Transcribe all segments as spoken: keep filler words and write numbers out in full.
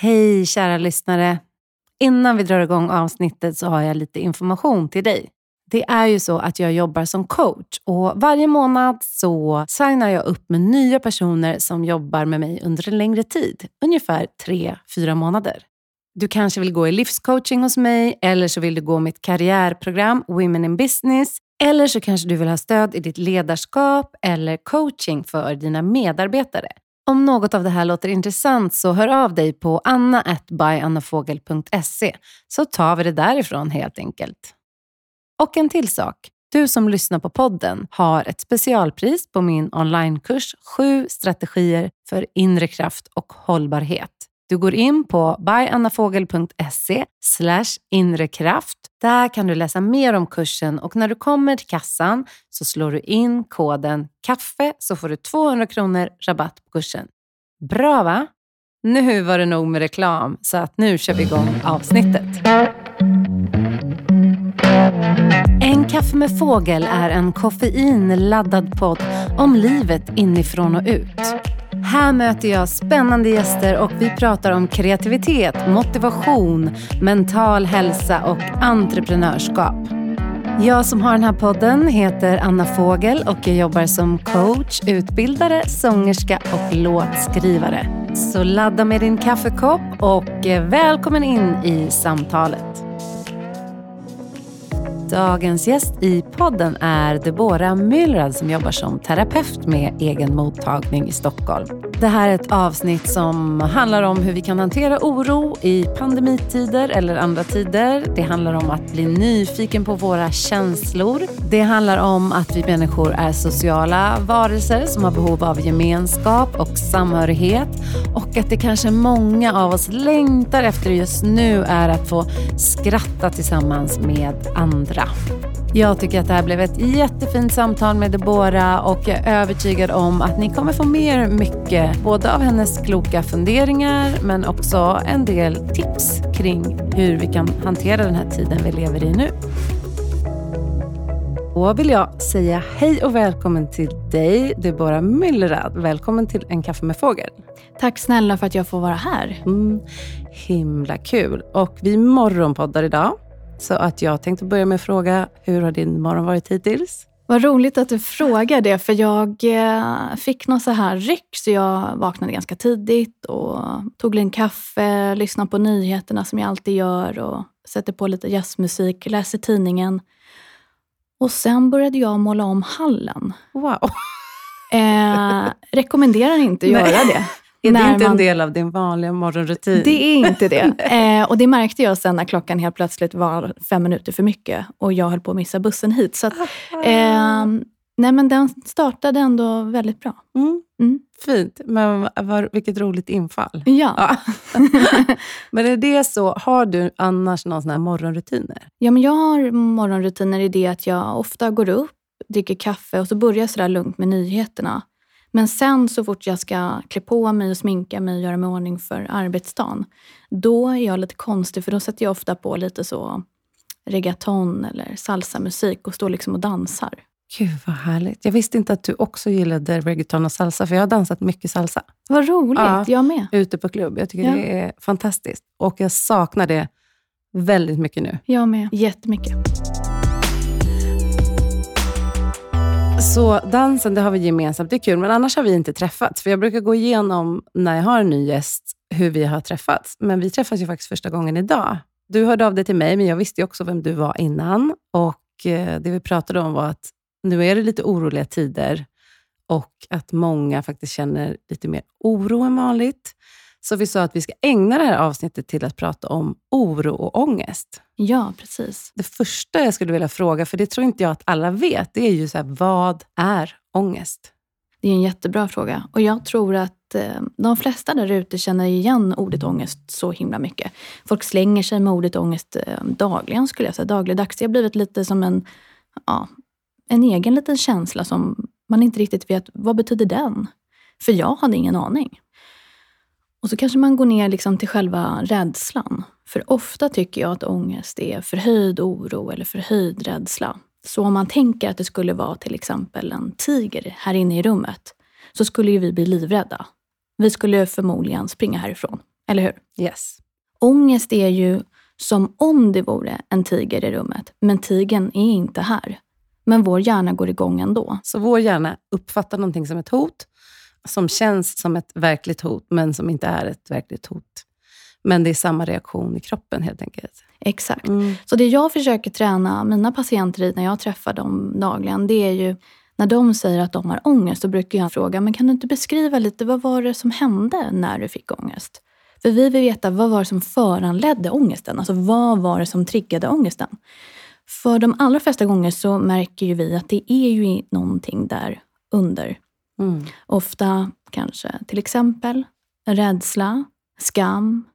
Hej kära lyssnare. Innan vi drar igång avsnittet så har jag lite information till dig. Det är ju så att jag jobbar som coach och varje månad så signar jag upp med nya personer som jobbar med mig under en längre tid. Ungefär tre, fyra månader. Du kanske vill gå i livscoaching hos mig eller så vill du gå mitt karriärprogram Women in Business. Eller så kanske du vill ha stöd i ditt ledarskap eller coaching för dina medarbetare. Om något av det här låter intressant så hör av dig på anna at by anna fogel punkt se så tar vi det därifrån helt enkelt. Och en till sak. Du som lyssnar på podden har ett specialpris på min onlinekurs sju strategier för inre kraft och hållbarhet. Du går in på by anna fogel punkt se slash inre kraft. Där kan du läsa mer om kursen och när du kommer till kassan så slår du in koden kaffe så får du tvåhundra kronor rabatt på kursen. Bra va? Nu var det nog med reklam så att nu kör vi igång avsnittet. En kaffe med fågel är en koffeinladdad podd om livet inifrån och ut. Här möter jag spännande gäster och vi pratar om kreativitet, motivation, mental hälsa och entreprenörskap. Jag som har den här podden heter Anna Fogel och jag jobbar som coach, utbildare, sångerska och låtskrivare. Så ladda med din kaffekopp och välkommen in i samtalet. Dagens gäst i podden är Deborah Mühlrad som jobbar som terapeut med egen mottagning i Stockholm. Det här är ett avsnitt som handlar om hur vi kan hantera oro i pandemitider eller andra tider. Det handlar om att bli nyfiken på våra känslor. Det handlar om att vi människor är sociala varelser som har behov av gemenskap och samhörighet. Och att det kanske många av oss längtar efter just nu är att få skratta tillsammans med andra. Jag tycker att det här blev ett jättefint samtal med Deborah och jag är övertygad om att ni kommer få mer mycket både av hennes kloka funderingar men också en del tips kring hur vi kan hantera den här tiden vi lever i nu. Då vill jag säga hej och välkommen till dig Deborah Mühlrad. Välkommen till En kaffe med fågel. Tack snälla för att jag får vara här. Mm, himla kul. Och vi morgonpoddar idag. Så att jag tänkte börja med att fråga, hur har din morgon varit hittills? Vad roligt att du frågar det, för jag eh, fick någon så här ryck så jag vaknade ganska tidigt och tog en kaffe, lyssnade på nyheterna som jag alltid gör och sätter på lite jazzmusik, läser tidningen. Och sen började jag måla om hallen. Wow. Eh, rekommenderar inte att göra det. Är det inte man... en del av din vanliga morgonrutin? Det är inte det. Eh, och det märkte jag sen när klockan helt plötsligt var fem minuter för mycket. Och jag höll på att missa bussen hit. Så att, eh, nej men den startade ändå väldigt bra. Mm. Mm. Fint. Men var, vilket roligt infall. Ja. ja. Men är det så, har du annars någon sån här morgonrutiner? Ja, men jag har morgonrutiner i det att jag ofta går upp, dricker kaffe och så börjar jag sådär lugnt med nyheterna. Men sen så fort jag ska klä på mig och sminka mig och göra mig ordning för arbetsdagen, då är jag lite konstig för då sätter jag ofta på lite så reggaeton eller salsa-musik och står liksom och dansar. Gud vad härligt. Jag visste inte att du också gillade reggaeton och salsa för jag har dansat mycket salsa. Vad roligt, ja, jag med. Ute på klubb. Jag tycker ja. det är fantastiskt. Och jag saknar det väldigt mycket nu. Jag med, jättemycket. Så dansen, det har vi gemensamt, det är kul. Men annars har vi inte träffats. För jag brukar gå igenom när jag har en ny gäst hur vi har träffats. Men vi träffas ju faktiskt första gången idag. Du hörde av dig till mig men jag visste ju också vem du var innan. Och det vi pratade om var att nu är det lite oroliga tider. Och att många faktiskt känner lite mer oro än vanligt. Så vi sa att vi ska ägna det här avsnittet till att prata om oro och ångest. Ja, precis. Det första jag skulle vilja fråga, för det tror inte jag att alla vet, det är ju så här, vad är ångest? Det är en jättebra fråga. Och jag tror att eh, de flesta där ute känner igen ordet ångest så himla mycket. Folk slänger sig med ordet ångest eh, dagligen skulle jag säga. Dagligdags. Det har blivit lite som en, ja, en egen liten känsla som man inte riktigt vet, vad betyder den? För jag hade ingen aning. Och så kanske man går ner liksom till själva rädslan. För ofta tycker jag att ångest är förhöjd oro eller förhöjd rädsla. Så om man tänker att det skulle vara till exempel en tiger här inne i rummet, så skulle ju vi bli livrädda. Vi skulle förmodligen springa härifrån. Eller hur? Yes. Ångest är ju som om det vore en tiger i rummet. Men tigern är inte här. Men vår hjärna går igång ändå. Så vår hjärna uppfattar någonting som ett hot. Som känns som ett verkligt hot. Men som inte är ett verkligt hot. Men det är samma reaktion i kroppen helt enkelt. Exakt. Mm. Så det jag försöker träna mina patienter i när jag träffar dem dagligen. Det är ju när de säger att de har ångest. Då brukar jag fråga. Men kan du inte beskriva lite. Vad var det som hände när du fick ångest? För vi vill veta vad var det som föranledde ångesten. Alltså vad var det som triggade ångesten? För de allra flesta gånger så märker ju vi att det är ju någonting där under. Mm. Ofta kanske till exempel rädsla, skam,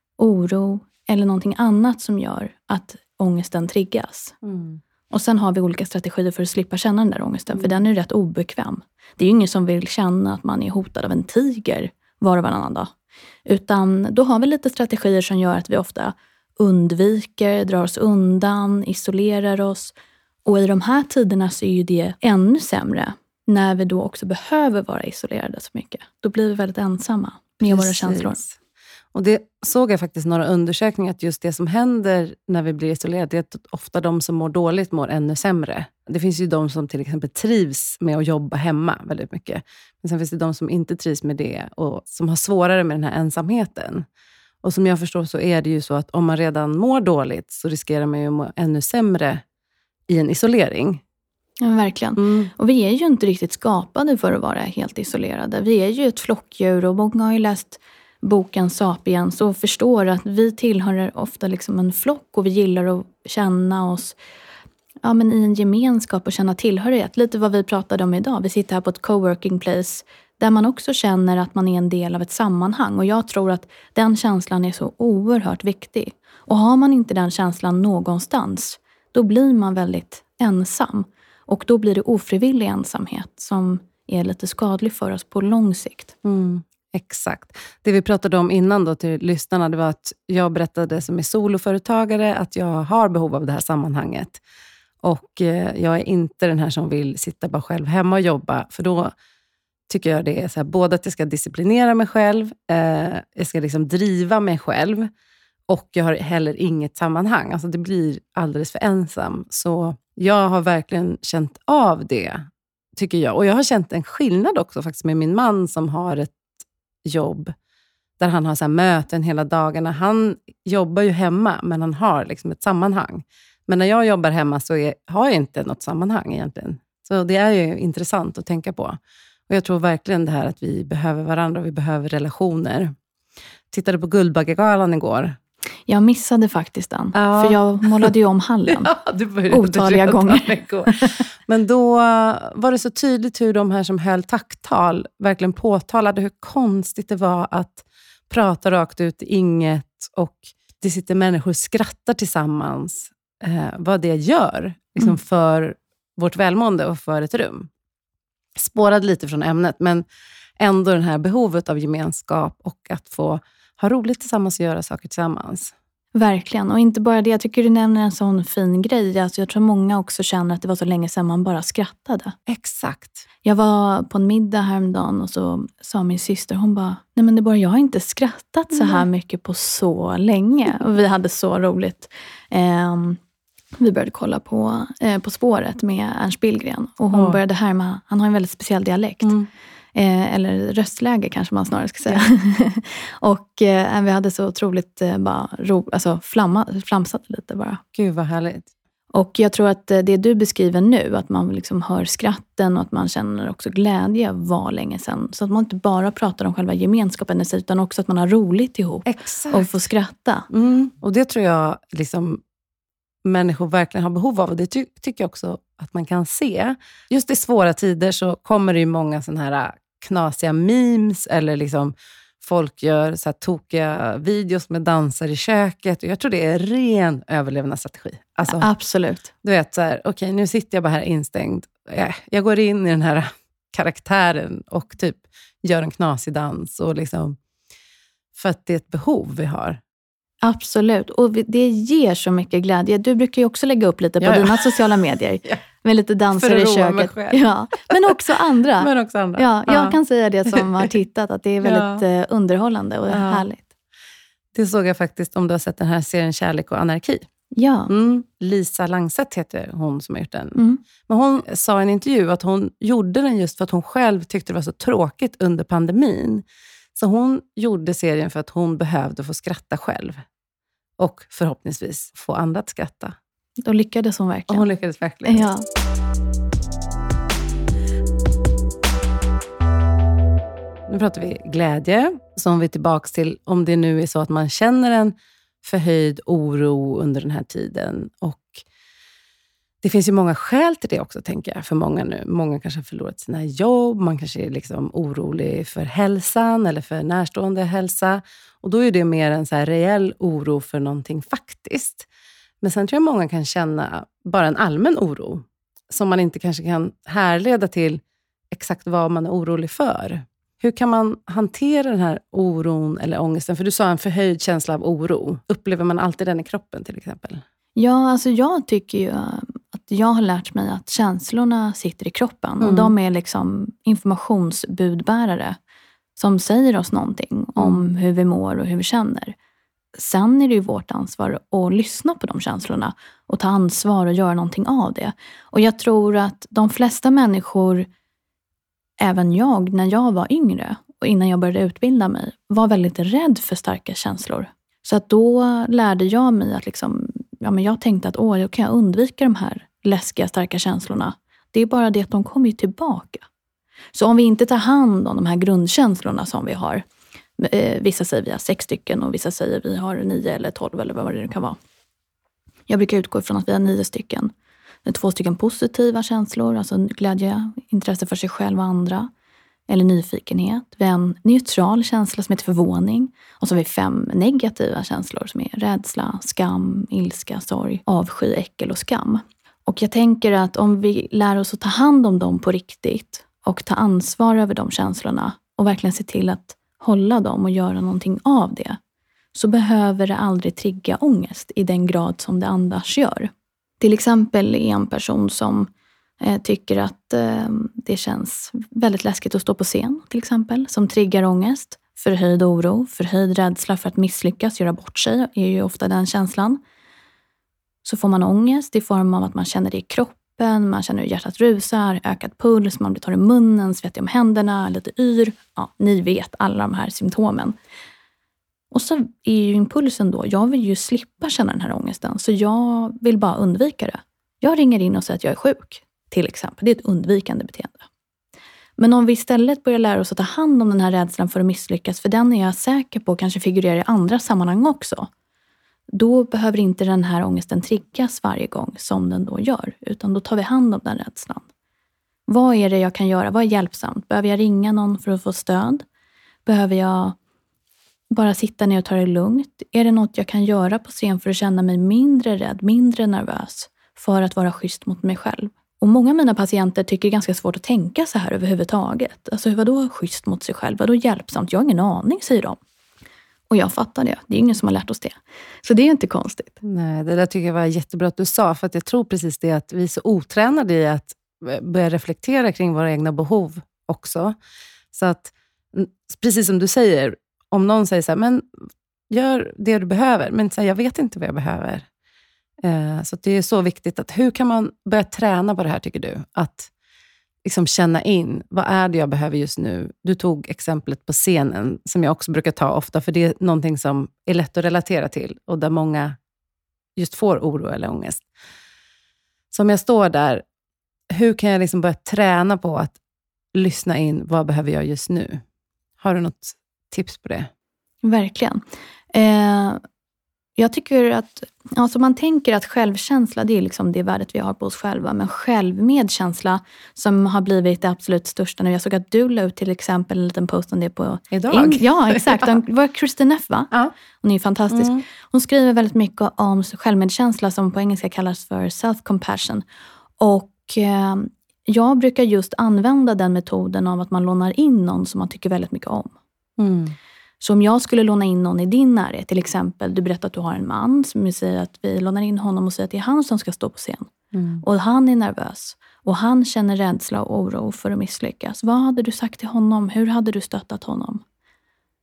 oro eller någonting annat som gör att ångesten triggas. Mm. Och sen har vi olika strategier för att slippa känna den där ångesten. För den är ju rätt obekväm. Det är ju ingen som vill känna att man är hotad av en tiger var och varannan dag. Utan då har vi lite strategier som gör att vi ofta undviker, drar oss undan, isolerar oss. Och i de här tiderna så är ju det ännu sämre. När vi då också behöver vara isolerade så mycket. Då blir vi väldigt ensamma med Precis. Våra känslor. Och det såg jag faktiskt några undersökningar att just det som händer när vi blir isolerade, det är att ofta de som mår dåligt mår ännu sämre. Det finns ju de som till exempel trivs med att jobba hemma väldigt mycket. Men sen finns det de som inte trivs med det och som har svårare med den här ensamheten. Och som jag förstår så är det ju så att om man redan mår dåligt så riskerar man ju att må ännu sämre i en isolering. Ja, verkligen. Mm. Och vi är ju inte riktigt skapade för att vara helt isolerade. Vi är ju ett flockdjur och många har ju läst boken Sapiens och förstår att vi tillhör ofta liksom en flock och vi gillar att känna oss ja, men i en gemenskap och känna tillhörighet. Lite vad vi pratade om idag. Vi sitter här på ett coworking place där man också känner att man är en del av ett sammanhang. Och jag tror att den känslan är så oerhört viktig. Och har man inte den känslan någonstans, då blir man väldigt ensam. Och då blir det ofrivillig ensamhet som är lite skadlig för oss på lång sikt. Mm. Exakt. Det vi pratade om innan då till lyssnarna, det var att jag berättade som är soloföretagare att jag har behov av det här sammanhanget. Och eh, jag är inte den här som vill sitta bara själv hemma och jobba. För då tycker jag det är så här, både att jag ska disciplinera mig själv, eh, jag ska liksom driva mig själv. Och jag har heller inget sammanhang. Alltså det blir alldeles för ensam. Så jag har verkligen känt av det, tycker jag. Och jag har känt en skillnad också faktiskt med min man som har ett jobb där han har så här möten hela dagarna. Han jobbar ju hemma men han har liksom ett sammanhang. Men när jag jobbar hemma så är, har jag inte något sammanhang egentligen. Så det är ju intressant att tänka på. Och jag tror verkligen det här att vi behöver varandra och vi behöver relationer. Tittade på Guldbaggegalan igår. Jag missade faktiskt den. Ja. För jag målade ju om hallen. Ja, du började otaliga gånger. Men då var det så tydligt hur de här som höll tacktal verkligen påtalade hur konstigt det var att prata rakt ut i inget och det sitter människor och skrattar tillsammans. Eh, vad det gör liksom, mm. för vårt välmående och för ett rum. Spårade lite från ämnet men ändå det här behovet av gemenskap och att få ha roligt tillsammans och göra saker tillsammans. Verkligen. Och inte bara det. Jag tycker du nämner en sån fin grej. Alltså jag tror många också känner att det var så länge sedan man bara skrattade. Exakt. Jag var på en middag häromdagen och så sa min syster, hon bara, nej men det bara, jag har inte skrattat så här mycket på så länge. Och vi hade så roligt. Um, vi började kolla på, eh, på spåret med Ernst Billgren. Och hon oh. började härma, han har en väldigt speciell dialekt. Mm. Eh, eller röstläge kanske man snarare ska säga. Ja. och eh, vi hade så otroligt eh, bara ro, alltså flamma, flamsat lite bara. Gud vad härligt. Och jag tror att det du beskriver nu, att man liksom hör skratten och att man känner också glädje var länge sedan. Så att man inte bara pratar om själva gemenskapen i sig, utan också att man har roligt ihop. Exakt. Och får skratta. Mm. Och det tror jag liksom människor verkligen har behov av. Och det ty- tycker jag också att man kan se. Just i svåra tider så kommer det ju många sådana här knasiga memes eller liksom folk gör så här tokiga videos med dansar i köket. Och jag tror det är ren överlevnadsstrategi. Alltså, ja, absolut. Du vet så här, okej okay, nu sitter jag bara här instängd. Jag, jag går in i den här karaktären och typ gör en knasig dans. Och liksom, för att det är ett behov vi har. Absolut. Och det ger så mycket glädje. Du brukar ju också lägga upp lite på ja, ja. dina sociala medier. ja. Med lite danser i köket. Ja. Men också andra. Men också andra. Ja, jag ja. kan säga det som har tittat. Att det är väldigt ja. underhållande och ja. härligt. Det såg jag faktiskt om du har sett den här serien Kärlek och anarki. Ja. Mm. Lisa Langset heter hon som har gjort den. Mm. Men hon sa i en intervju att hon gjorde den just för att hon själv tyckte det var så tråkigt under pandemin. Så hon gjorde serien för att hon behövde få skratta själv. Och förhoppningsvis få andra att skratta. Då lyckades hon verkligen. Och hon lyckades verkligen. Ja. Nu pratar vi glädje. Så om vi är tillbaka till om det nu är så att man känner en förhöjd oro under den här tiden. Och det finns ju många skäl till det också, tänker jag, för många nu. Många kanske har förlorat sina jobb. Man kanske är liksom orolig för hälsan eller för närstående hälsa. Och då är det mer en så här reell oro för någonting faktiskt. Men sen tror jag många kan känna bara en allmän oro. Som man inte kanske kan härleda till exakt vad man är orolig för. Hur kan man hantera den här oron eller ångesten? För du sa en förhöjd känsla av oro. Upplever man alltid den i kroppen till exempel? Ja, alltså jag tycker ju att jag har lärt mig att känslorna sitter i kroppen. Mm. Och de är liksom informationsbudbärare som säger oss någonting om mm. hur vi mår och hur vi känner. Sen är det ju vårt ansvar att lyssna på de känslorna och ta ansvar och göra någonting av det. Och jag tror att de flesta människor, även jag när jag var yngre och innan jag började utbilda mig, var väldigt rädd för starka känslor. Så att då lärde jag mig att liksom, ja, men jag tänkte att åh, jag kan undvika de här läskiga starka känslorna. Det är bara det att de kommer ju tillbaka. Så om vi inte tar hand om de här grundkänslorna som vi har, eh, vissa säger vi har sex stycken och vissa säger vi har nio eller tolv eller vad det nu kan vara. Jag brukar utgå ifrån att vi har nio stycken. Det är två stycken positiva känslor, alltså glädje, intresse för sig själv och andra. Eller nyfikenhet. Vi har en neutral känsla som heter förvåning. Och så har vi fem negativa känslor som är rädsla, skam, ilska, sorg, avsky, äckel och skam. Och jag tänker att om vi lär oss att ta hand om dem på riktigt och ta ansvar över de känslorna och verkligen se till att hålla dem och göra någonting av det, så behöver det aldrig trigga ångest i den grad som det annars gör. Till exempel en person som eh, tycker att eh, det känns väldigt läskigt att stå på scen, till exempel, som triggar ångest, förhöjd oro, förhöjd rädsla för att misslyckas, göra bort sig, är ju ofta den känslan. Så får man ångest i form av att man känner det i kroppen, man känner hur hjärtat rusar, ökad puls, man blir torr i munnen, svettig om händerna, lite yr. Ja, ni vet alla de här symptomen. Och så är ju impulsen då, jag vill ju slippa känna den här ångesten, så jag vill bara undvika det. Jag ringer in och säger att jag är sjuk, till exempel. Det är ett undvikande beteende. Men om vi istället börjar lära oss att ta hand om den här rädslan för att misslyckas, för den är jag säker på kanske figurerar i andra sammanhang också, då behöver inte den här ångesten triggas varje gång som den då gör, utan då tar vi hand om den rädslan. Vad är det jag kan göra? Vad är hjälpsamt? Behöver jag ringa någon för att få stöd? Behöver jag bara sitta ner och ta det lugnt? Är det något jag kan göra på scen för att känna mig mindre rädd, mindre nervös, för att vara schysst mot mig själv? Och många av mina patienter tycker det är ganska svårt att tänka så här överhuvudtaget. Alltså vadå schysst mot sig själv? Vadå hjälpsamt? Jag har ingen aning, säger de. Och jag fattar det. Det är ingen som har lärt oss det. Så det är inte konstigt. Nej, det där tycker jag var jättebra att du sa. För att jag tror precis det att vi är så otränade i att börja reflektera kring våra egna behov också. Så att, precis som du säger, om någon säger så här, men gör det du behöver. Men så här, jag vet inte vad jag behöver. Eh, så det är så viktigt att hur kan man börja träna på det här, tycker du? Att liksom känna in, vad är det jag behöver just nu? Du tog exemplet på scenen som jag också brukar ta ofta, för det är någonting som är lätt att relatera till och där många just får oro eller ångest. Så om jag står där, hur kan jag liksom börja träna på att lyssna in, vad behöver jag just nu? Har du något tips på det? Verkligen. Eh, jag tycker att, alltså man tänker att självkänsla, det är liksom det värdet vi har på oss själva. Men självmedkänsla, som har blivit det absolut största nu. Jag såg att du la ut till exempel en liten post om det på... Idag? In, ja, exakt. Det var Kristin Neff, va? Ja. Hon är ju fantastisk. Mm. Hon skriver väldigt mycket om självmedkänsla som på engelska kallas för self-compassion. Och eh, jag brukar just använda den metoden av att man lånar in någon som man tycker väldigt mycket om. Mm. Så om jag skulle låna in någon i din närhet, till exempel, du berättar att du har en man som säger att vi lånar in honom och säger att det är han som ska stå på scen. Mm. Och han är nervös. Och han känner rädsla och oro för att misslyckas. Vad hade du sagt till honom? Hur hade du stöttat honom?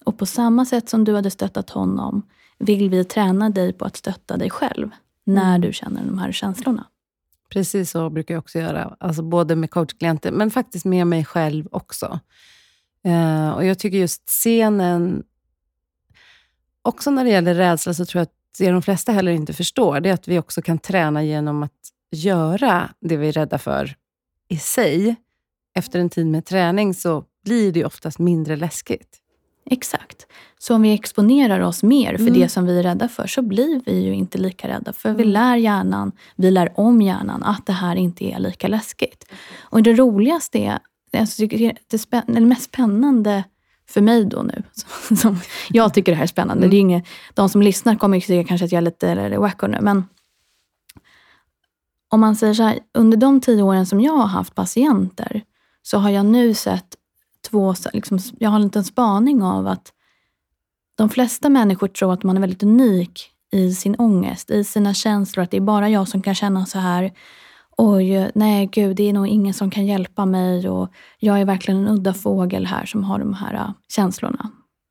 Och på samma sätt som du hade stöttat honom vill vi träna dig på att stötta dig själv när mm. du känner de här känslorna. Precis så brukar jag också göra. Alltså både med coachklienter men faktiskt med mig själv också. Uh, och jag tycker just scenen, också när det gäller rädsla så tror jag att det de flesta heller inte förstår, det är att vi också kan träna genom att göra det vi är rädda för i sig. Efter en tid med träning så blir det oftast mindre läskigt. Exakt. Så om vi exponerar oss mer för mm. det som vi är rädda för så blir vi ju inte lika rädda. För mm. vi lär hjärnan, vi lär om hjärnan att det här inte är lika läskigt. Och det roligaste är, alltså, det, spän- det mest spännande för mig då nu, som jag tycker det här är spännande. Mm. Det är inget, de som lyssnar kommer ju tycka kanske att jag är lite wacko nu, men om man säger så här, under de tio åren som jag har haft patienter så har jag nu sett två, liksom, jag har en liten spaning av att de flesta människor tror att man är väldigt unik i sin ångest, i sina känslor, att det är bara jag som kan känna så här. Oj, nej gud, det är nog ingen som kan hjälpa mig och jag är verkligen en udda fågel här som har de här uh, känslorna.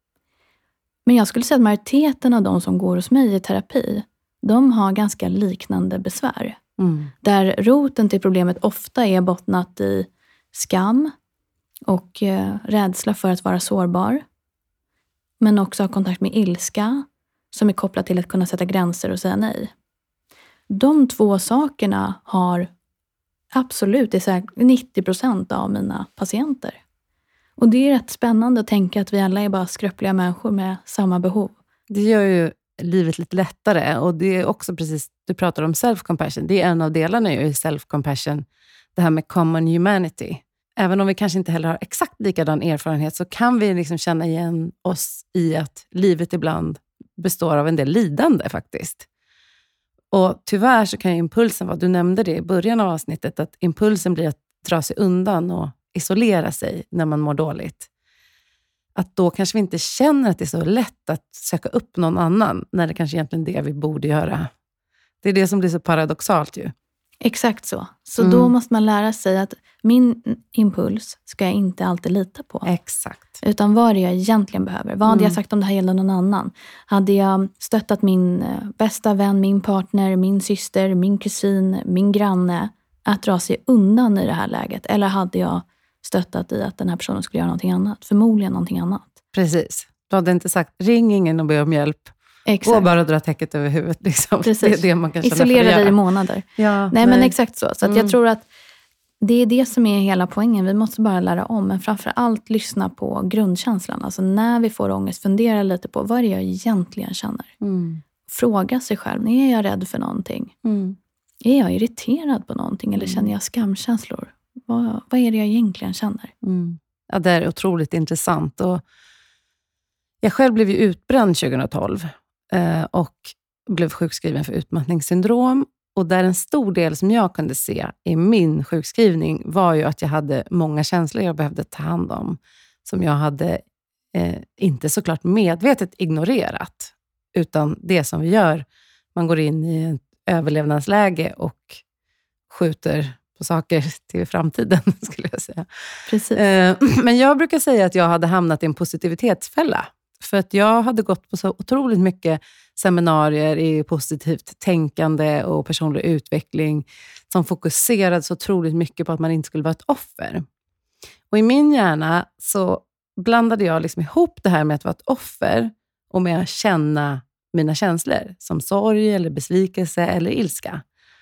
Men jag skulle säga att majoriteten av de som går hos mig i terapi, de har ganska liknande besvär. Mm. Där roten till problemet ofta är bottnat i skam och uh, rädsla för att vara sårbar. Men också ha kontakt med ilska som är kopplat till att kunna sätta gränser och säga nej. De två sakerna har absolut, det är så här nittio procent av mina patienter. Och det är rätt spännande att tänka att vi alla är bara skröpliga människor med samma behov. Det gör ju livet lite lättare och det är också precis, du pratar om self-compassion. Det är en av delarna i self-compassion, det här med common humanity. Även om vi kanske inte heller har exakt likadan erfarenhet så kan vi liksom känna igen oss i att livet ibland består av en del lidande faktiskt. Och tyvärr så kan ju impulsen vara, du nämnde det i början av avsnittet, att impulsen blir att dra sig undan och isolera sig när man mår dåligt. Att då kanske vi inte känner att det är så lätt att söka upp någon annan när det kanske egentligen är det vi borde göra. Det är det som blir så paradoxalt ju. Exakt så. Så mm. då måste man lära sig att min impuls ska jag inte alltid lita på. Exakt. Utan vad är det jag egentligen behöver? Vad hade mm. jag sagt om det här gällde någon annan? Hade jag stöttat min bästa vän, min partner, min syster, min kusin, min granne att dra sig undan i det här läget? Eller hade jag stöttat i att den här personen skulle göra någonting annat? Förmodligen någonting annat. Precis. Du hade inte sagt, ring ingen och be om hjälp. Exakt. Gå bara och dra täcket över huvudet. Liksom. Det är det man kan känna. Isolera dig i månader. Ja, nej, nej, men exakt så. Så att mm. jag tror att det är det som är hela poängen. Vi måste bara lära om. Men framförallt lyssna på grundkänslan. Alltså när vi får ångest, fundera lite på vad är det jag egentligen känner. Mm. Fråga sig själv, är jag rädd för någonting? Mm. Är jag irriterad på någonting? Eller mm. känner jag skamkänslor? Vad, vad är det jag egentligen känner? Mm. Ja, det är otroligt intressant. Och jag själv blev ju utbränd tjugohundratolv. Och blev sjukskriven för utmattningssyndrom. Och där en stor del som jag kunde se i min sjukskrivning var ju att jag hade många känslor jag behövde ta hand om. Som jag hade eh, inte såklart medvetet ignorerat. Utan det som vi gör, man går in i ett överlevnadsläge och skjuter på saker till framtiden skulle jag säga. Precis. Eh, men jag brukar säga att jag hade hamnat i en positivitetsfälla. För att jag hade gått på så otroligt mycket seminarier i positivt tänkande och personlig utveckling som fokuserade så otroligt mycket på att man inte skulle vara ett offer. Och i min hjärna så blandade jag liksom ihop det här med att vara ett offer och med att känna mina känslor som sorg eller besvikelse eller ilska.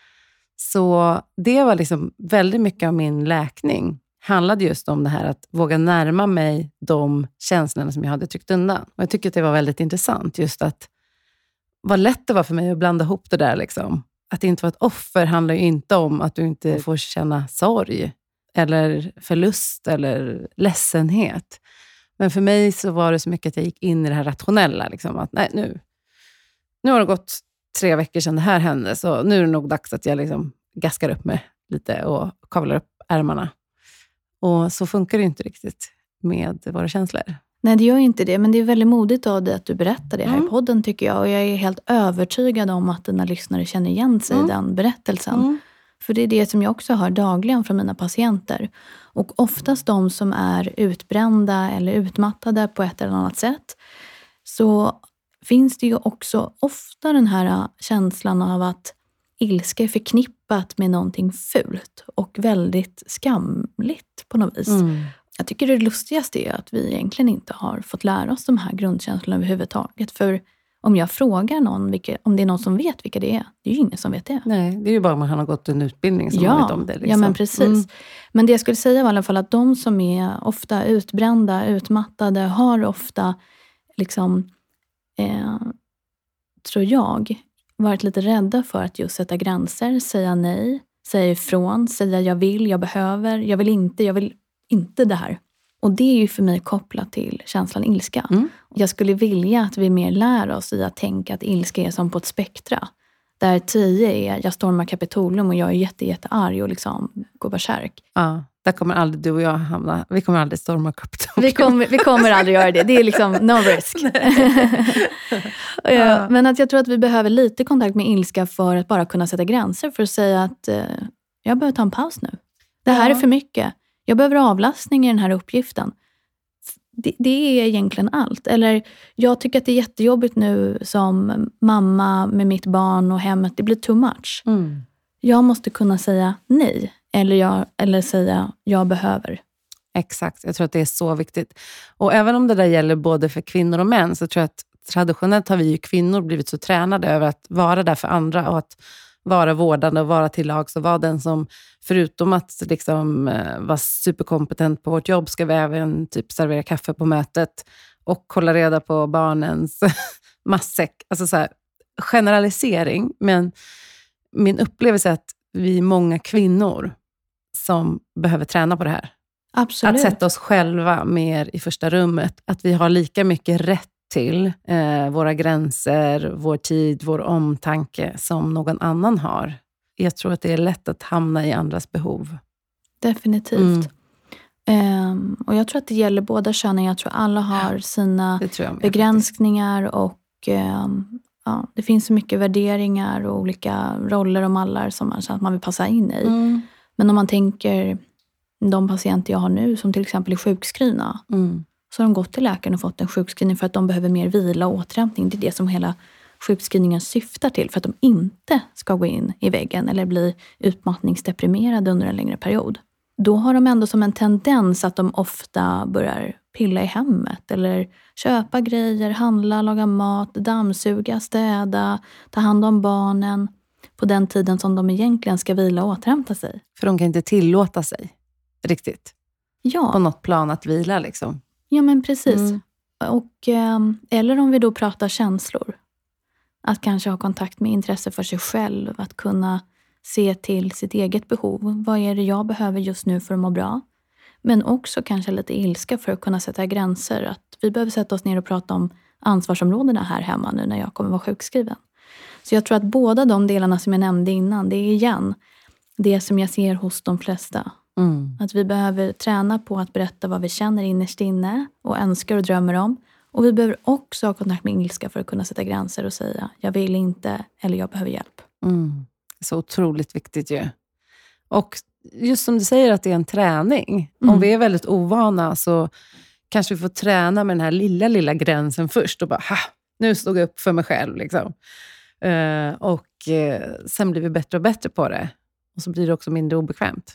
Så det var liksom väldigt mycket av min läkning. Handlade just om det här att våga närma mig de känslorna som jag hade tryckt undan. Och jag tycker att det var väldigt intressant just att vad lätt det var för mig att blanda ihop det där liksom. Att inte vara ett offer handlar ju inte om att du inte får känna sorg eller förlust eller ledsenhet. Men för mig så var det så mycket att jag gick in i det här rationella liksom. Att nej, nu, nu har det gått tre veckor sedan det här hände så nu är det nog dags att jag liksom gaskar upp mig lite och kavlar upp ärmarna. Och så funkar det inte riktigt med våra känslor. Nej, det gör inte det. Men det är väldigt modigt av dig att du berättar det här mm. i podden tycker jag. Och jag är helt övertygad om att dina lyssnare känner igen sig mm. i den berättelsen. Mm. För det är det som jag också hör dagligen från mina patienter. Och oftast de som är utbrända eller utmattade på ett eller annat sätt, så finns det ju också ofta den här känslan av att ilska är förknippat med någonting fult och väldigt skamligt på något vis. Mm. Jag tycker det lustigaste är att vi egentligen inte har fått lära oss de här grundkänslorna överhuvudtaget. För om jag frågar någon, vilka, om det är någon som vet vilka det är, det är ju ingen som vet det. Nej, det är ju bara om man har gått en utbildning som ja, man vet om det. Liksom. Ja, men precis. Mm. Men det jag skulle säga var i alla fall att de som är ofta utbrända, utmattade, har ofta, liksom, eh, tror jag, varit lite rädda för att just sätta gränser, säga nej, säga ifrån, säga jag vill, jag behöver, jag vill inte, jag vill inte det här. Och det är ju för mig kopplat till känslan ilska. Mm. Jag skulle vilja att vi mer lär oss i att tänka att ilska är som på ett spektra. Där tio är, jag stormar Kapitolium och jag är jätte, jätte arg och liksom går bärkärk. Ja, där kommer aldrig du och jag hamna. Vi kommer aldrig storma Kapitolium. Vi kommer, vi kommer aldrig göra det. Det är liksom no risk. ja. Men att jag tror att vi behöver lite kontakt med ilska för att bara kunna sätta gränser. För att säga att eh, jag behöver ta en paus nu. Det här ja. är för mycket. Jag behöver avlastning i den här uppgiften. Det, det är egentligen allt. Eller jag tycker att det är jättejobbigt nu som mamma med mitt barn och hemmet. Det blir too much. Mm. Jag måste kunna säga nej. Eller, jag, eller säga jag behöver. Exakt, jag tror att det är så viktigt. Och även om det där gäller både för kvinnor och män, så tror jag att traditionellt har vi ju kvinnor blivit så tränade över att vara där för andra och att vara vårdande och vara till lags och vara den som, förutom att liksom vara superkompetent på vårt jobb, ska vi även typ servera kaffe på mötet och hålla reda på barnens matsäck. Alltså så här, generalisering. Men min upplevelse är att vi är många kvinnor som behöver träna på det här. Absolut. Att sätta oss själva mer i första rummet. Att vi har lika mycket rätt till eh, våra gränser, vår tid, vår omtanke som någon annan har. Jag tror att det är lätt att hamna i andras behov. Definitivt. Mm. Um, och jag tror att det gäller båda könen. Jag tror alla har sina jag begränsningar faktiskt. och um, ja, det finns så mycket värderingar och olika roller och mallar som man känner att man vill passa in i. Mm. Men om man tänker de patienter jag har nu som till exempel är sjukskrivna, mm. så har de gått till läkaren och fått en sjukskrivning för att de behöver mer vila och återhämtning. Det är det som hela sjukskrivningen syftar till, för att de inte ska gå in i väggen eller bli utmattningsdeprimerade under en längre period. Då har de ändå som en tendens att de ofta börjar pilla i hemmet eller köpa grejer, handla, laga mat, dammsuga, städa, ta hand om barnen på den tiden som de egentligen ska vila och återhämta sig. För de kan inte tillåta sig riktigt. Ja. På något plan att vila liksom. Ja, men precis. Mm. Och, eller om vi då pratar känslor. Att kanske ha kontakt med intresse för sig själv. Att kunna se till sitt eget behov. Vad är det jag behöver just nu för att må bra? Men också kanske lite ilska för att kunna sätta gränser. Att vi behöver sätta oss ner och prata om ansvarsområdena här hemma nu när jag kommer vara sjukskriven. Så jag tror att båda de delarna som jag nämnde innan, det är igen det som jag ser hos de flesta. Mm. Att vi behöver träna på att berätta vad vi känner innerst inne och önskar och drömmer om. Och vi behöver också ha kontakt med ilska för att kunna sätta gränser och säga jag vill inte eller jag behöver hjälp. Mm. Så otroligt viktigt ju. Och just som du säger att det är en träning. Mm. Om vi är väldigt ovana så kanske vi får träna med den här lilla, lilla gränsen först och bara, ha, nu stod jag upp för mig själv liksom. Uh, och uh, sen blir vi bättre och bättre på det. Och så blir det också mindre obekvämt.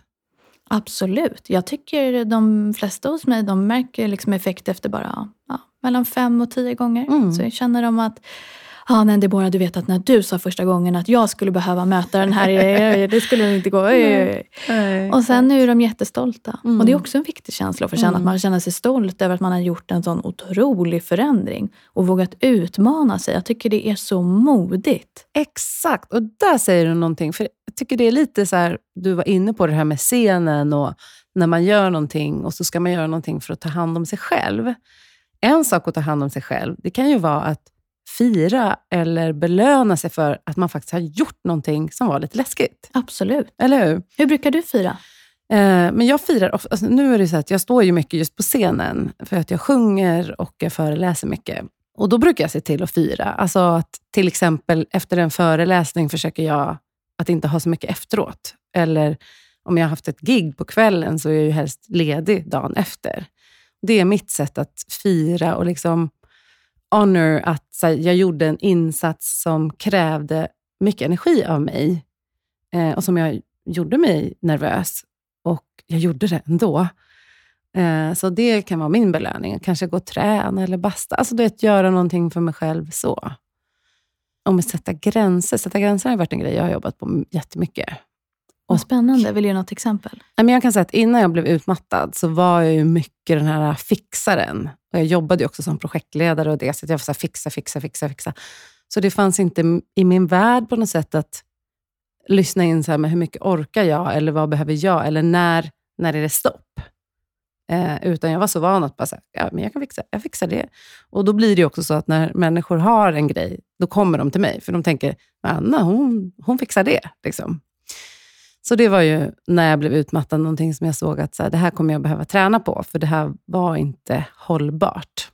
Absolut. Jag tycker de flesta hos mig, de märker liksom effekt efter bara ja, mellan fem och tio gånger. Mm. Så jag känner de att, ja, nej Deborah, du vet att när du sa första gången att jag skulle behöva möta den här, det skulle inte gå. Nej. Nej. Och sen nu är de jättestolta. Mm. Och det är också en viktig känsla för att känna mm. att man känner sig stolt över att man har gjort en sån otrolig förändring och vågat utmana sig. Jag tycker det är så modigt. Exakt, och där säger du någonting. För jag tycker det är lite så här, du var inne på det här med scenen och när man gör någonting och så ska man göra någonting för att ta hand om sig själv. En sak att ta hand om sig själv, det kan ju vara att fira eller belöna sig för att man faktiskt har gjort någonting som var lite läskigt. Absolut. Eller hur? Hur brukar du fira? Eh, men jag firar ofta, alltså nu är det så att jag står ju mycket just på scenen för att jag sjunger och jag föreläser mycket. Och då brukar jag se till att fira. Alltså att till exempel efter en föreläsning försöker jag att inte ha så mycket efteråt. Eller om jag har haft ett gig på kvällen så är jag ju helst ledig dagen efter. Det är mitt sätt att fira och liksom honor att så här, jag gjorde en insats som krävde mycket energi av mig. Eh, och som jag gjorde mig nervös. Och jag gjorde det ändå. Eh, så det kan vara min belöning. Kanske gå och träna eller basta. Alltså du vet, göra någonting för mig själv så. Om att sätta gränser. Sätta gränser har varit en grej jag har jobbat på jättemycket. Vad spännande. Vill du ge något exempel? Jag kan säga att innan jag blev utmattad så var jag ju mycket den här fixaren. Och jag jobbade ju också som projektledare och det. Så att jag var så här, fixa, fixa, fixa, fixa. Så det fanns inte i min värld på något sätt att lyssna in så här med hur mycket orkar jag? Eller vad behöver jag? Eller när, när är det stopp? Eh, utan jag var så van att bara säga, ja men jag kan fixa, jag fixar det. Och då blir det också så att när människor har en grej, då kommer de till mig. För de tänker, Anna hon, hon fixar det. Liksom. Så det var ju när jag blev utmattad någonting som jag såg att så här, det här kommer jag behöva träna på. För det här var inte hållbart.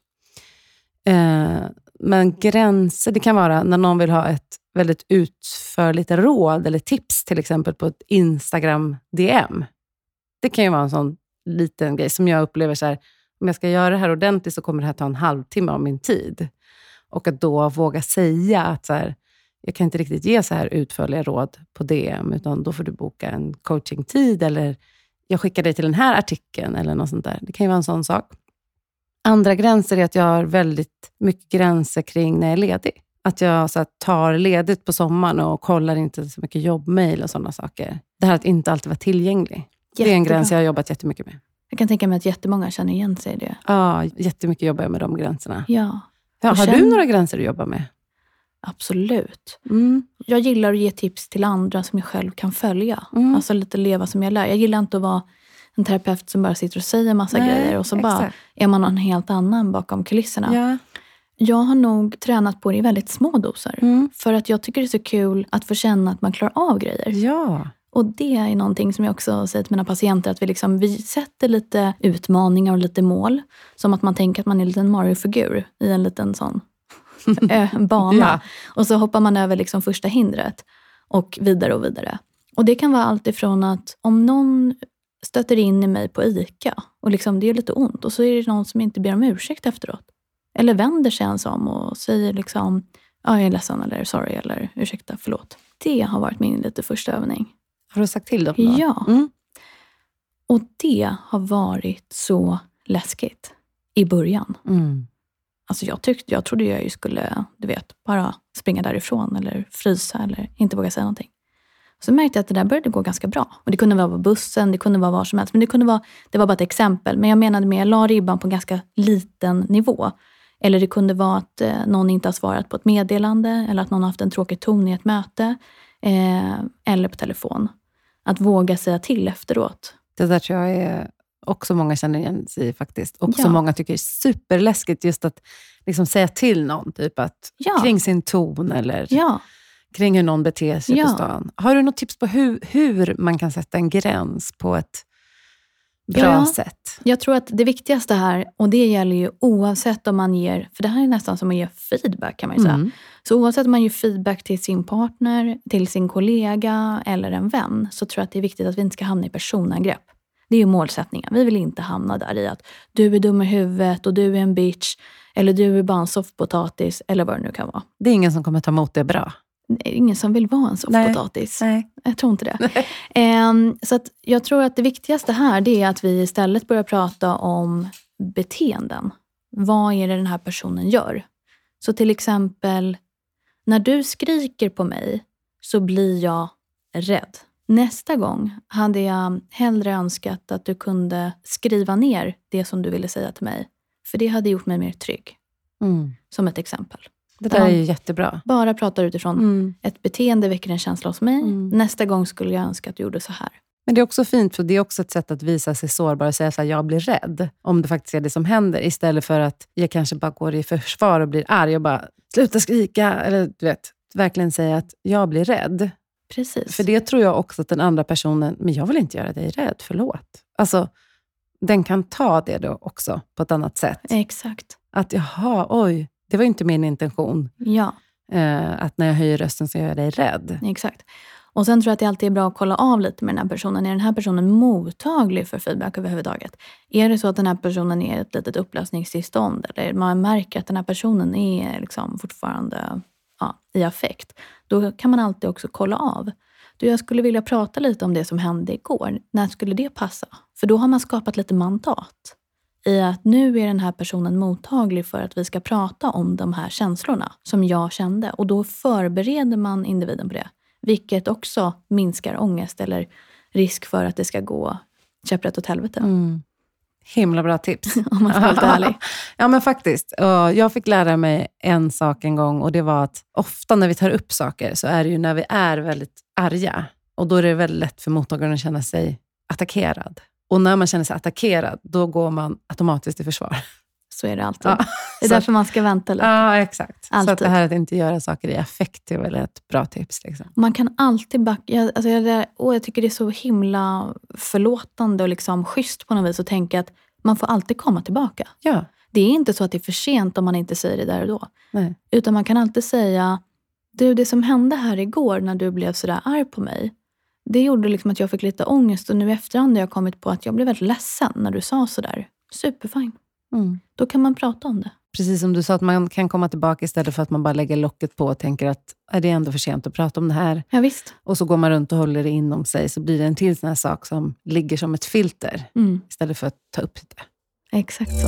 Eh, men gränser, det kan vara när någon vill ha ett väldigt utförligt råd eller tips till exempel på ett Instagram-D M. Det kan ju vara en sån liten grej som jag upplever så här, om jag ska göra det här ordentligt så kommer det här ta en halvtimme av min tid. Och att då våga säga att så här, jag kan inte riktigt ge så här utförliga råd på D M utan då får du boka en coachingtid eller jag skickar dig till den här artikeln eller något sånt där. Det kan ju vara en sån sak. Andra gränser är att jag har väldigt mycket gränser kring när jag är ledig. Att jag så här, tar ledigt på sommaren och kollar inte så mycket jobbmail och sådana saker. Det här att inte alltid vara tillgänglig. Jättebra. Det är en gräns jag har jobbat jättemycket med. Jag kan tänka mig att jättemånga känner igen sig i det. Ja, jättemycket jobbar jag med de gränserna. Ja. ja har känner... du några gränser du jobbar med? Absolut. Mm. Jag gillar att ge tips till andra som jag själv kan följa. Mm. Alltså lite leva som jag lär. Jag gillar inte att vara en terapeut som bara sitter och säger massa Nej, grejer. Och så exakt. Bara är man någon helt annan bakom kulisserna. Ja. Jag har nog tränat på det i väldigt små doser. Mm. För att jag tycker det är så kul att få känna att man klarar av grejer. Ja. Och det är någonting som jag också säger till mina patienter. Att vi, liksom, vi sätter lite utmaningar och lite mål. Som att man tänker att man är en liten Mario-figur i en liten sån bana. Ja. Och så hoppar man över liksom första hindret. Och vidare och vidare. Och det kan vara allt ifrån att om någon stöter in i mig på ICA. Och liksom det är lite ont. Och så är det någon som inte ber om ursäkt efteråt. Eller vänder sig ens om och säger liksom, ja jag är ledsen eller sorry eller ursäkta, förlåt. Det har varit min lite första övning. Har du sagt till dem då? Ja. Mm. Och det har varit så läskigt i början. Mm. Alltså jag tyckte, jag trodde jag ju skulle, du vet, bara springa därifrån eller frysa eller inte våga säga någonting. Så märkte jag att det där började gå ganska bra. Och det kunde vara på bussen, det kunde vara var som helst. Men det kunde vara, det var bara ett exempel. Men jag menade med, jag la ribban på en ganska liten nivå. Eller det kunde vara att eh, någon inte har svarat på ett meddelande. Eller att någon har haft en tråkig ton i ett möte. Eh, eller på telefon. Att våga säga till efteråt. Det där tror jag är också många känner igen sig i faktiskt. Och Ja. så många tycker det är superläskigt just att liksom säga till någon. Typ att Ja. kring sin ton eller Ja. kring hur någon beter sig Ja. på stan. Har du något tips på hur, hur man kan sätta en gräns på ett bra Ja. sätt? Jag tror att det viktigaste här, och det gäller ju oavsett om man ger, för det här är nästan som att ge feedback kan man ju säga. Mm. Så oavsett om man ger feedback till sin partner, till sin kollega eller en vän, så tror jag att det är viktigt att vi inte ska hamna i personangrepp. Det är ju målsättningen. Vi vill inte hamna där i att du är dum i huvudet och du är en bitch, eller du är bara en soffpotatis, eller vad det nu kan vara. Det är ingen som kommer ta emot det bra. Det är ingen som vill vara en soffpotatis. Nej. Jag tror inte det. um, så att jag tror att det viktigaste här det är att vi istället börjar prata om beteenden. Vad är det den här personen gör? Så till exempel, när du skriker på mig så blir jag rädd. Nästa gång hade jag hellre önskat att du kunde skriva ner det som du ville säga till mig. För det hade gjort mig mer trygg. Mm. Som ett exempel. Det där är ju jättebra. Bara pratar utifrån Mm. ett beteende väcker en känsla hos mig. Mm. Nästa gång skulle jag önska att du gjorde så här. Men det är också fint, för det är också ett sätt att visa sig sårbar och säga så här, jag blir rädd. Om det faktiskt är det som händer. Istället för att jag kanske bara går i försvar och blir arg och bara sluta skrika. Eller du vet, verkligen säga att jag blir rädd. Precis. För det tror jag också att den andra personen, men jag vill inte göra dig rädd, förlåt. Alltså, den kan ta det då också på ett annat sätt. Exakt. Att jaha, oj, det var inte min intention. Ja, Eh, att när jag höjer rösten så gör jag dig rädd. exakt. Och sen tror jag att det alltid är bra att kolla av lite med den här personen. Är den här personen mottaglig för feedback överhuvudtaget? Är det så att den här personen är ett litet upplösningstillstånd? Eller man märker att den här personen är liksom fortfarande ja, i affekt. Då kan man alltid också kolla av. Då jag skulle vilja prata lite om det som hände igår. När skulle det passa? För då har man skapat lite mandat. I att nu är den här personen mottaglig för att vi ska prata om de här känslorna som jag kände. Och då förbereder man individen på det. Vilket också minskar ångest eller risk för att det ska gå käpprätt åt helvete. Mm. Himla bra tips. Om man ska vara lite ärlig. Ja men faktiskt. Jag fick lära mig en sak en gång och det var att ofta när vi tar upp saker så är det ju när vi är väldigt arga. Och då är det väldigt lätt för mottagaren att känna sig attackerad. Och när man känner sig attackerad, då går man automatiskt i försvar. Så är det alltid. Ja, det är därför att man ska vänta lite. Ja, exakt. Alltid. Så att det här att inte göra saker i affekt är väl ett bra tips. Liksom. Man kan alltid backa. Jag, alltså jag, och jag tycker det är så himla förlåtande och liksom schysst på något vis att tänka att man får alltid komma tillbaka. Ja. Det är inte så att det är för sent om man inte säger det där och då. Nej. Utan man kan alltid säga, du, det som hände här igår när du blev sådär arg på mig, det gjorde liksom att jag fick lite ångest och nu i efterhand har jag kommit på att jag blev väldigt ledsen när du sa sådär. Superfine. Mm. Då kan man prata om det. Precis som du sa, att man kan komma tillbaka istället för att man bara lägger locket på och tänker att är det ändå för sent att prata om det här. Ja, visst. Och så går man runt och håller det inom sig, så blir det en till sån här sak som ligger som ett filter Mm. istället för att ta upp det. Exakt så.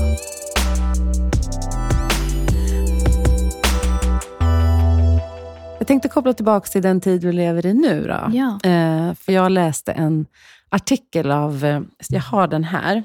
Jag tänkte koppla tillbaka till den tid vi lever i nu då. Ja. Eh, för jag läste en artikel av, eh, jag har den här,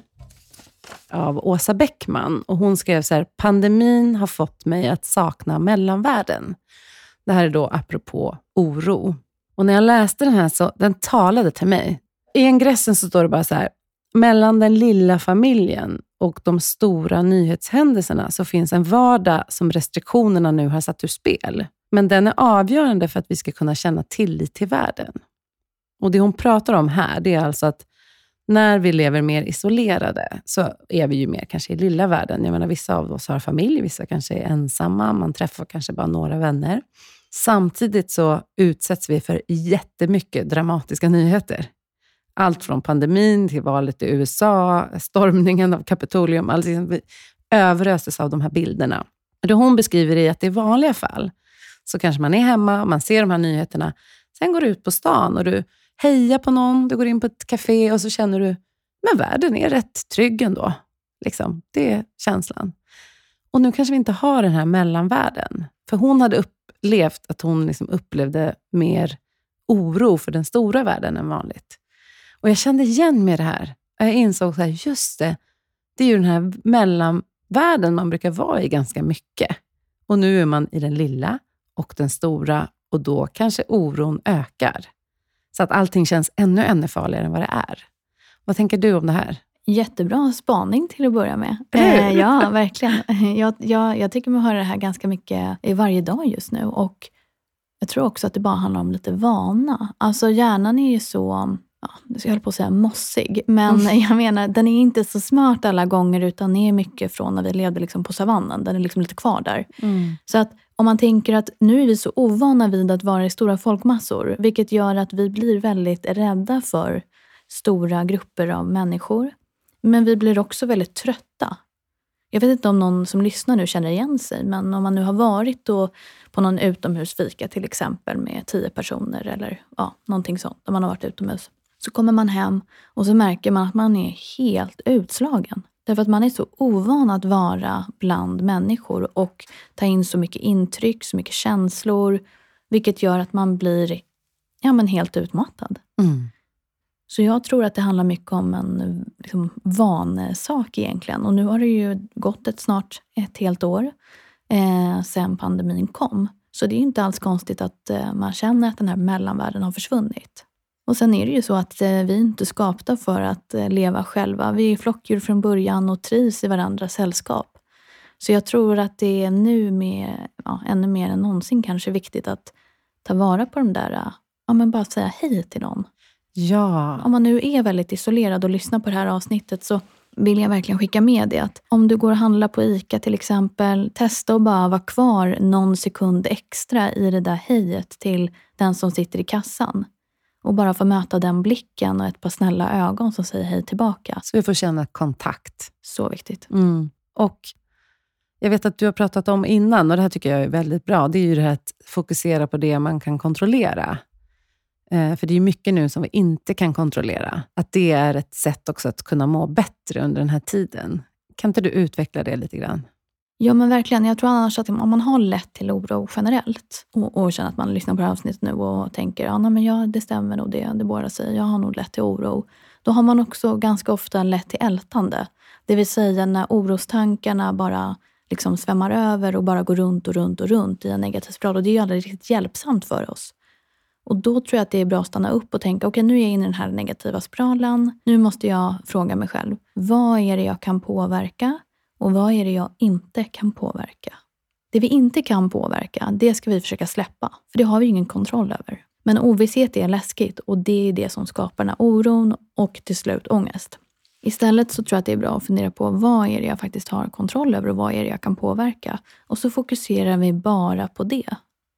av Åsa Bäckman. Och hon skrev så här: pandemin har fått mig att sakna mellanvärlden. Det här är då apropå oro. Och när jag läste den här så, den talade till mig. I ingressen så står det bara så här: mellan den lilla familjen och de stora nyhetshändelserna så finns en vardag som restriktionerna nu har satt ur spel. Men den är avgörande för att vi ska kunna känna tillit till världen. Och det hon pratar om här, det är alltså att när vi lever mer isolerade så är vi ju mer kanske i lilla världen. Jag menar, vissa av oss har familj, vissa kanske är ensamma, man träffar kanske bara några vänner. Samtidigt så utsätts vi för jättemycket dramatiska nyheter. Allt från pandemin till valet i U S A, stormningen av Kapitolium, alltså vi överöses av de här bilderna. Det hon beskriver är att i vanliga fall så kanske man är hemma och man ser de här nyheterna. Sen går du ut på stan och du hejar på någon, du går in på ett café och så känner du, men världen är rätt trygg ändå. Liksom, det är känslan. Och nu kanske vi inte har den här mellanvärlden. För hon hade upplevt att hon liksom upplevde mer oro för den stora världen än vanligt. Och jag kände igen med det här. Jag insåg så här, just det, det är ju den här mellanvärlden man brukar vara i ganska mycket. Och nu är man i den lilla och den stora och då kanske oron ökar. Så att allting känns ännu, ännu farligare än vad det är. Vad tänker du om det här? Jättebra spaning till att börja med. Eh, ja, verkligen. Jag, jag, jag tycker mig höra det här ganska mycket i varje dag just nu. Och jag tror också att det bara handlar om lite vana. Alltså hjärnan är ju så, ja, jag höll på att säga mossig. Men mm. jag menar, den är inte så smart alla gånger utan är mycket från när vi levde liksom på savannen. Den är liksom lite kvar där. Mm. Så att om man tänker att nu är vi så ovana vid att vara i stora folkmassor. Vilket gör att vi blir väldigt rädda för stora grupper av människor. Men vi blir också väldigt trötta. Jag vet inte om någon som lyssnar nu känner igen sig. Men om man nu har varit då på någon utomhusfika till exempel med tio personer. Eller ja, någonting sånt. Där man har varit utomhus. Så kommer man hem och så märker man att man är helt utslagen. Därför att man är så ovan att vara bland människor och ta in så mycket intryck, så mycket känslor. Vilket gör att man blir ja, men helt utmattad. Mm. Så jag tror att det handlar mycket om en liksom, vanesak egentligen. Och nu har det ju gått ett snart ett helt år eh, sedan pandemin kom. Så det är inte alls konstigt att eh, man känner att den här mellanvärlden har försvunnit. Och sen är det ju så att eh, vi är inte skapta för att eh, leva själva. Vi är flockdjur från början och trivs i varandras sällskap. Så jag tror att det är nu med, ja, ännu mer än någonsin kanske viktigt att ta vara på de där, ja men bara säga hej till någon. Ja. Om man nu är väldigt isolerad och lyssnar på det här avsnittet så vill jag verkligen skicka med det att om du går och handlar på ICA till exempel, testa att bara vara kvar någon sekund extra i det där hejet till den som sitter i kassan. Och bara få möta den blicken och ett par snälla ögon som säger hej tillbaka. Så vi får känna kontakt. Så viktigt. Mm. Och jag vet att du har pratat om innan, och det här tycker jag är väldigt bra. Det är ju det här att fokusera på det man kan kontrollera. Eh, för det är mycket nu som vi inte kan kontrollera. Att det är ett sätt också att kunna må bättre under den här tiden. Kan inte du utveckla det lite grann? Ja, men verkligen. Jag tror annars att om man har lätt till oro generellt och, och känner att man lyssnar på det här avsnittet nu och tänker ja, nej, men ja, det stämmer nog det, det båda säger. Jag har nog lätt till oro. Då har man också ganska ofta lätt till ältande. Det vill säga när orostankarna bara liksom svämmar över och bara går runt och runt och runt i en negativ spiral. Och det är ju aldrig riktigt hjälpsamt för oss. Och då tror jag att det är bra att stanna upp och tänka okej, okay, nu är jag inne i den här negativa spiralen. Nu måste jag fråga mig själv. Vad är det jag kan påverka? Och vad är det jag inte kan påverka? Det vi inte kan påverka, det ska vi försöka släppa. För det har vi ingen kontroll över. Men ovisshet är läskigt och det är det som skapar den här oron och till slut ångest. Istället så tror jag att det är bra att fundera på vad är det jag faktiskt har kontroll över och vad är det jag kan påverka. Och så fokuserar vi bara på det.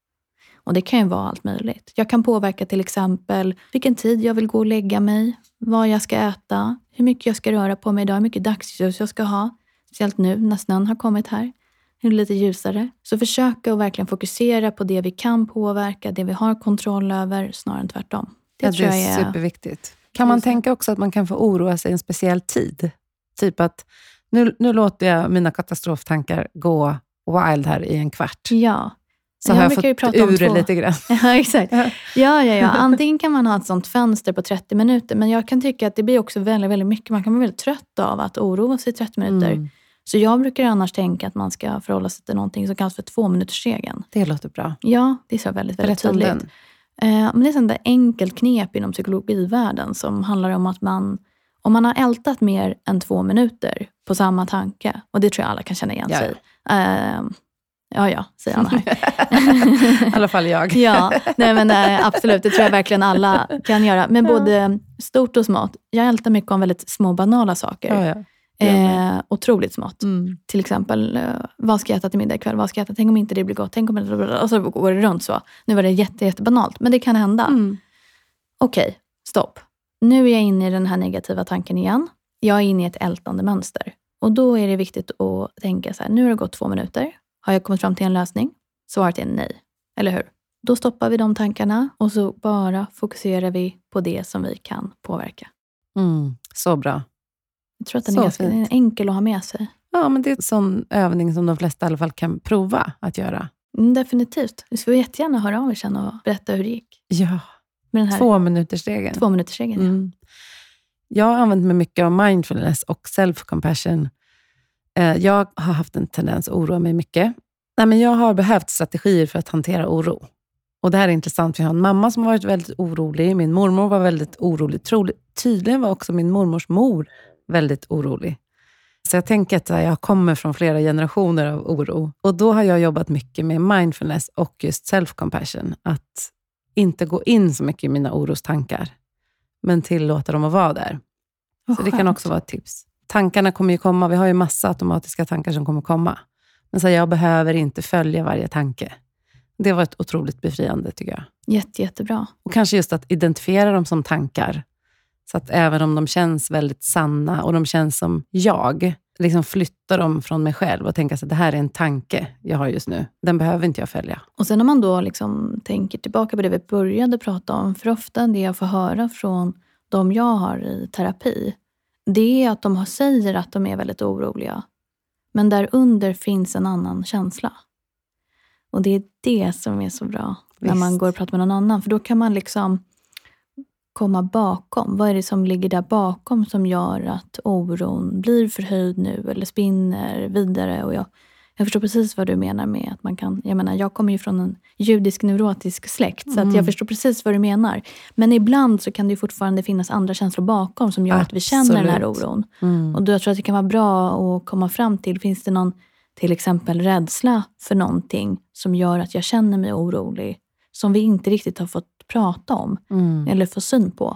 Och det kan ju vara allt möjligt. Jag kan påverka till exempel vilken tid jag vill gå och lägga mig, vad jag ska äta, hur mycket jag ska röra på mig idag, hur mycket dagsljus jag ska ha. Speciellt nu när snön har kommit här. Nu är det lite ljusare. Så försöka att verkligen fokusera på det vi kan påverka, det vi har kontroll över, snarare än tvärtom. Det, ja, tror det är, jag är superviktigt. Kan man tänka också att man kan få oroa sig en speciell tid? Typ att nu, nu låter jag mina katastroftankar gå wild här i en kvart. Ja. Så jag har jag fått prata ur det lite grann. Ja, exakt. Ja, ja, ja. Antingen kan man ha ett sånt fönster på trettio minuter. Men jag kan tycka att det blir också väldigt, väldigt mycket. Man kan bli väldigt trött av att oroa sig i trettio minuter. Mm. Så jag brukar annars tänka att man ska förhålla sig till någonting som kallas för två minuters regeln. Det låter bra. Ja, det är så väldigt, väldigt tydligt. Eh, men det är sånt där enkelt knep inom psykologivärlden som handlar om att man, om man har ältat mer än två minuter på samma tanke, och det tror jag alla kan känna igen ja. sig. Eh, Ja, ja, säger Anna här. I alla fall jag. Ja, nej men nej, absolut. Det tror jag verkligen alla kan göra. Men både stort och smått. Jag ältar mycket om väldigt små banala saker. Ja, ja. Eh, otroligt smått. Mm. Till exempel, eh, vad ska jag äta till middag ikväll? Vad ska jag äta? Tänk om inte det blir gott. Tänk om det... Och så går det runt så. Nu var det jätte, jättebanalt. Men det kan hända. Mm. Okej, okay, stopp. Nu är jag inne i den här negativa tanken igen. Jag är inne i ett ältande mönster. Och då är det viktigt att tänka så här. Nu har det gått två minuter. Har jag kommit fram till en lösning? Svaret är nej. Eller hur? Då stoppar vi de tankarna och så bara fokuserar vi på det som vi kan påverka. Mm, så bra. Jag tror att den är ganska fint. Enkel att ha med sig. Ja, men det är en sån övning som de flesta i alla fall kan prova att göra. Mm, definitivt. Vi får jättegärna höra av er sen och berätta hur det gick. Ja, med den här två minuters regeln. Två minuters regeln, mm. ja. Jag har använt mig mycket av mindfulness och self-compassion. Jag har haft en tendens att oroa mig mycket. Nej, men jag har behövt strategier för att hantera oro. Och det här är intressant, för jag har en mamma som har varit väldigt orolig. Min mormor var väldigt orolig. Tydligen var också min mormors mor väldigt orolig. Så jag tänker att jag kommer från flera generationer av oro. Och då har jag jobbat mycket med mindfulness och just self-compassion. Att inte gå in så mycket i mina orostankar. Men tillåta dem att vara där. Oh, så det kan också vara ett tips. Tankarna kommer ju komma. Vi har ju massa automatiska tankar som kommer komma. Men så jag behöver inte följa varje tanke. Det var ett otroligt befriande, tycker jag. Jätte, jättebra. Och kanske just att identifiera dem som tankar. Så att även om de känns väldigt sanna och de känns som jag, liksom flytta dem från mig själv och tänka att det här är en tanke jag har just nu. Den behöver inte jag följa. Och sen om man då liksom tänker tillbaka på det vi började prata om, för ofta det jag får höra från de jag har i terapi, det är att de säger att de är väldigt oroliga. Men där under finns en annan känsla. Och det är det som är så bra. Visst. När man går och pratar med någon annan. För då kan man liksom komma bakom. Vad är det som ligger där bakom som gör att oron blir förhöjd nu eller spinner vidare? Och jag, jag förstår precis vad du menar med att man kan... Jag menar, jag kommer ju från en judisk neurotisk släkt. Så mm. att jag förstår precis vad du menar. Men ibland så kan det ju fortfarande finnas andra känslor bakom som gör Absolut. Att vi känner den här oron. Mm. Och då jag tror att det kan vara bra att komma fram till. Finns det någon till exempel rädsla för någonting som gör att jag känner mig orolig? Som vi inte riktigt har fått prata om. Mm. Eller få syn på.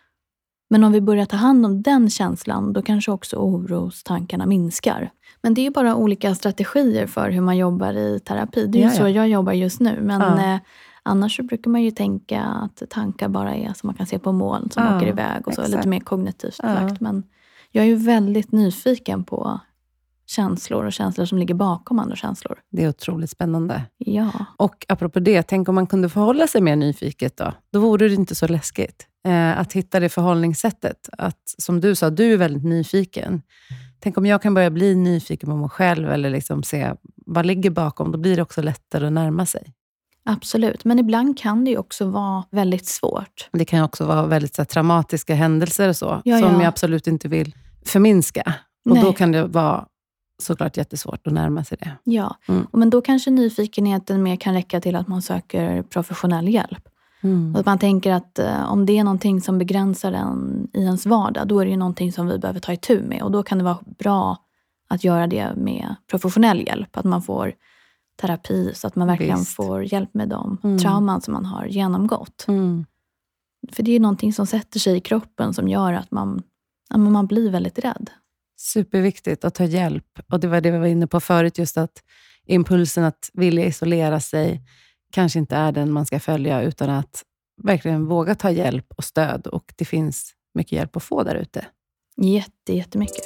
Men om vi börjar ta hand om den känslan, då kanske också orostankarna minskar. Men det är ju bara olika strategier för hur man jobbar i terapi. Det är ju så jag jobbar just nu. Men ja. eh, Annars så brukar man ju tänka att tankar bara är som man kan se på moln som ja, åker iväg och så exakt. lite mer kognitivt Ja. lagt. Men jag är ju väldigt nyfiken på känslor och känslor som ligger bakom andra känslor. Det är otroligt spännande. Ja. Och apropå det, tänk om man kunde förhålla sig mer nyfiket då. Då vore det inte så läskigt. Eh, att hitta det förhållningssättet. Att, som du sa, du är väldigt nyfiken. Tänk om jag kan börja bli nyfiken på mig själv eller liksom se vad ligger bakom. Då blir det också lättare att närma sig. Absolut, men ibland kan det ju också vara väldigt svårt. Det kan också vara väldigt så här, traumatiska händelser och så. Ja, som ja. jag absolut inte vill förminska. Och Nej. då kan det vara såklart jättesvårt att närma sig det. Ja, Mm. men då kanske nyfikenheten mer kan räcka till att man söker professionell hjälp. Mm. Och att man tänker att eh, om det är någonting som begränsar en i ens vardag, då är det ju någonting som vi behöver ta itu med. Och då kan det vara bra att göra det med professionell hjälp. Att man får terapi så att man verkligen Visst. får hjälp med de Mm. trauman som man har genomgått. Mm. För det är ju någonting som sätter sig i kroppen som gör att man, ja, men man blir väldigt rädd. Superviktigt att ta hjälp. Och det var det vi var inne på förut, just att impulsen att vilja isolera sig kanske inte är den man ska följa, utan att verkligen våga ta hjälp och stöd. Och det finns mycket hjälp att få där ute. Jätte, jättemycket.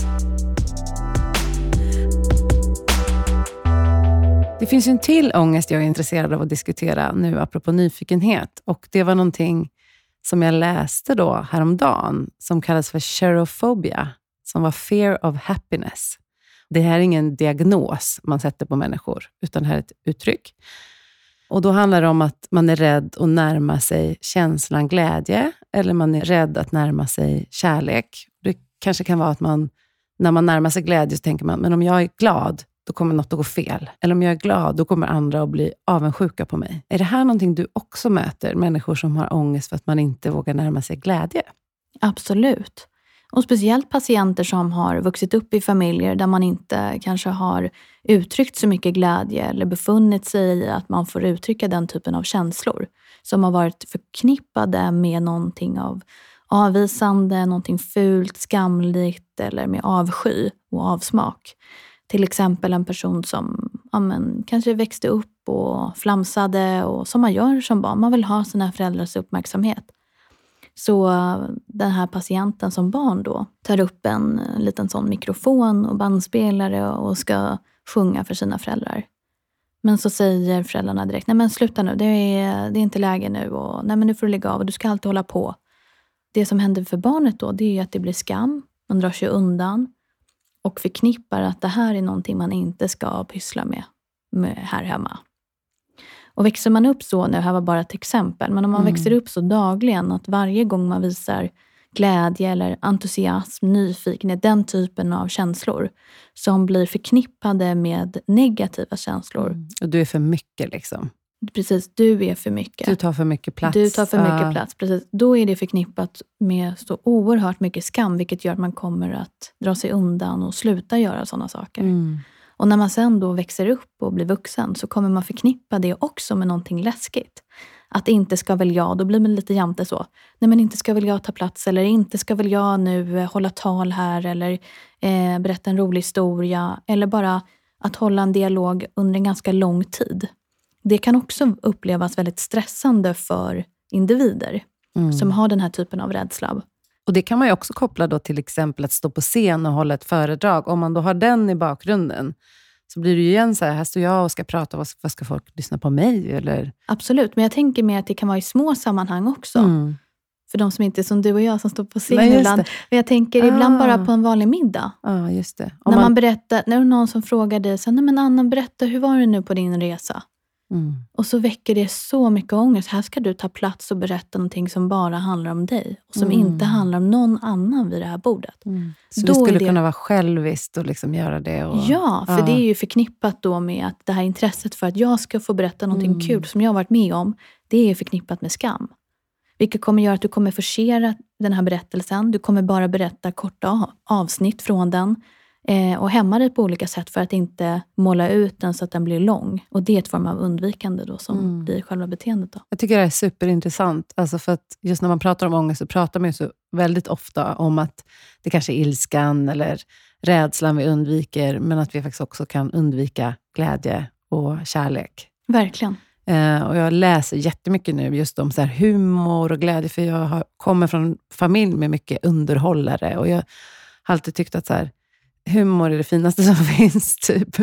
Det finns ju en till ångest jag är intresserad av att diskutera nu apropå nyfikenhet. Och det var någonting som jag läste då häromdagen som kallas för cherophobia, som var fear of happiness. Det här är ingen diagnos man sätter på människor, utan det här är ett uttryck. Och då handlar det om att man är rädd att närma sig känslan glädje, eller man är rädd att närma sig kärlek. Det kanske kan vara att man, när man närmar sig glädje så tänker man, men om jag är glad, då kommer något att gå fel. Eller om jag är glad, då kommer andra att bli avundsjuka på mig. Är det här någonting du också möter? Människor som har ångest för att man inte vågar närma sig glädje? Absolut. Och speciellt patienter som har vuxit upp i familjer där man inte kanske har uttryckt så mycket glädje eller befunnit sig i att man får uttrycka den typen av känslor. Som har varit förknippade med någonting av avvisande, någonting fult, skamligt eller med avsky och avsmak. Till exempel en person som ja, men, kanske växte upp och flamsade och som man gör som barn. Man vill ha sina föräldrars uppmärksamhet. Så den här patienten som barn då tar upp en liten sån mikrofon och bandspelare och ska sjunga för sina föräldrar. Men så säger föräldrarna direkt, nej men sluta nu, det är, det är inte läge nu och nej men nu får du lägga av och du ska alltid hålla på. Det som händer för barnet då, det är ju att det blir skam, man drar sig undan och förknippar att det här är någonting man inte ska pyssla med, med här hemma. Och växer man upp så, nu här var bara ett exempel, men om man mm. växer upp så dagligen att varje gång man visar glädje eller entusiasm, nyfikenhet, den typen av känslor som blir förknippade med negativa känslor. Mm. Och du är för mycket liksom. Precis, du är för mycket. Du tar för mycket plats. Du tar för mycket uh. plats, precis. Då är det förknippat med så oerhört mycket skam, vilket gör att man kommer att dra sig undan och sluta göra sådana saker. Mm. Och när man sen då växer upp och blir vuxen så kommer man förknippa det också med någonting läskigt. Att inte ska väl jag, då blir man lite jante så. Nej men inte ska väl jag ta plats eller inte ska väl jag nu hålla tal här eller eh, berätta en rolig historia. Eller bara att hålla en dialog under en ganska lång tid. Det kan också upplevas väldigt stressande för individer mm. som har den här typen av rädsla. Och det kan man ju också koppla då till exempel att stå på scen och hålla ett föredrag. Om man då har den i bakgrunden så blir det ju igen så här, här står jag och ska prata, vad, vad ska folk lyssna på mig? Eller? Absolut, men jag tänker mig att det kan vara i små sammanhang också. Mm. För de som inte är som du och jag som står på scen Nej, ibland. Men jag tänker ah. ibland bara på en vanlig middag. Ja, ah, just det. Om när man, man berättar, när det är någon som frågar dig, så, nej men Anna, berätta, hur var det nu på din resa? Mm. Och så väcker det så mycket ångest. Här ska du ta plats och berätta någonting som bara handlar om dig. Och som mm. inte handlar om någon annan vid det här bordet. Mm. Så då det skulle det... kunna vara själviskt och liksom göra det. Och... Ja, för ja. det är ju förknippat då med att det här intresset för att jag ska få berätta någonting mm. kul som jag har varit med om. Det är förknippat med skam. Vilket kommer göra att du kommer forcera den här berättelsen. Du kommer bara berätta korta avsnitt från den. Eh, och hämma dig på olika sätt för att inte måla ut den så att den blir lång. Och det är ett form av undvikande då som mm. blir själva beteendet då. Jag tycker det är superintressant. Alltså för att just när man pratar om ångest så pratar man ju så väldigt ofta om att det kanske är ilskan eller rädslan vi undviker. Men att vi faktiskt också kan undvika glädje och kärlek. Verkligen. Eh, och jag läser jättemycket nu just om så här humor och glädje. För jag har, kommer från familj med mycket underhållare. Och jag har alltid tyckt att så här, humor är det finaste som finns. Typ.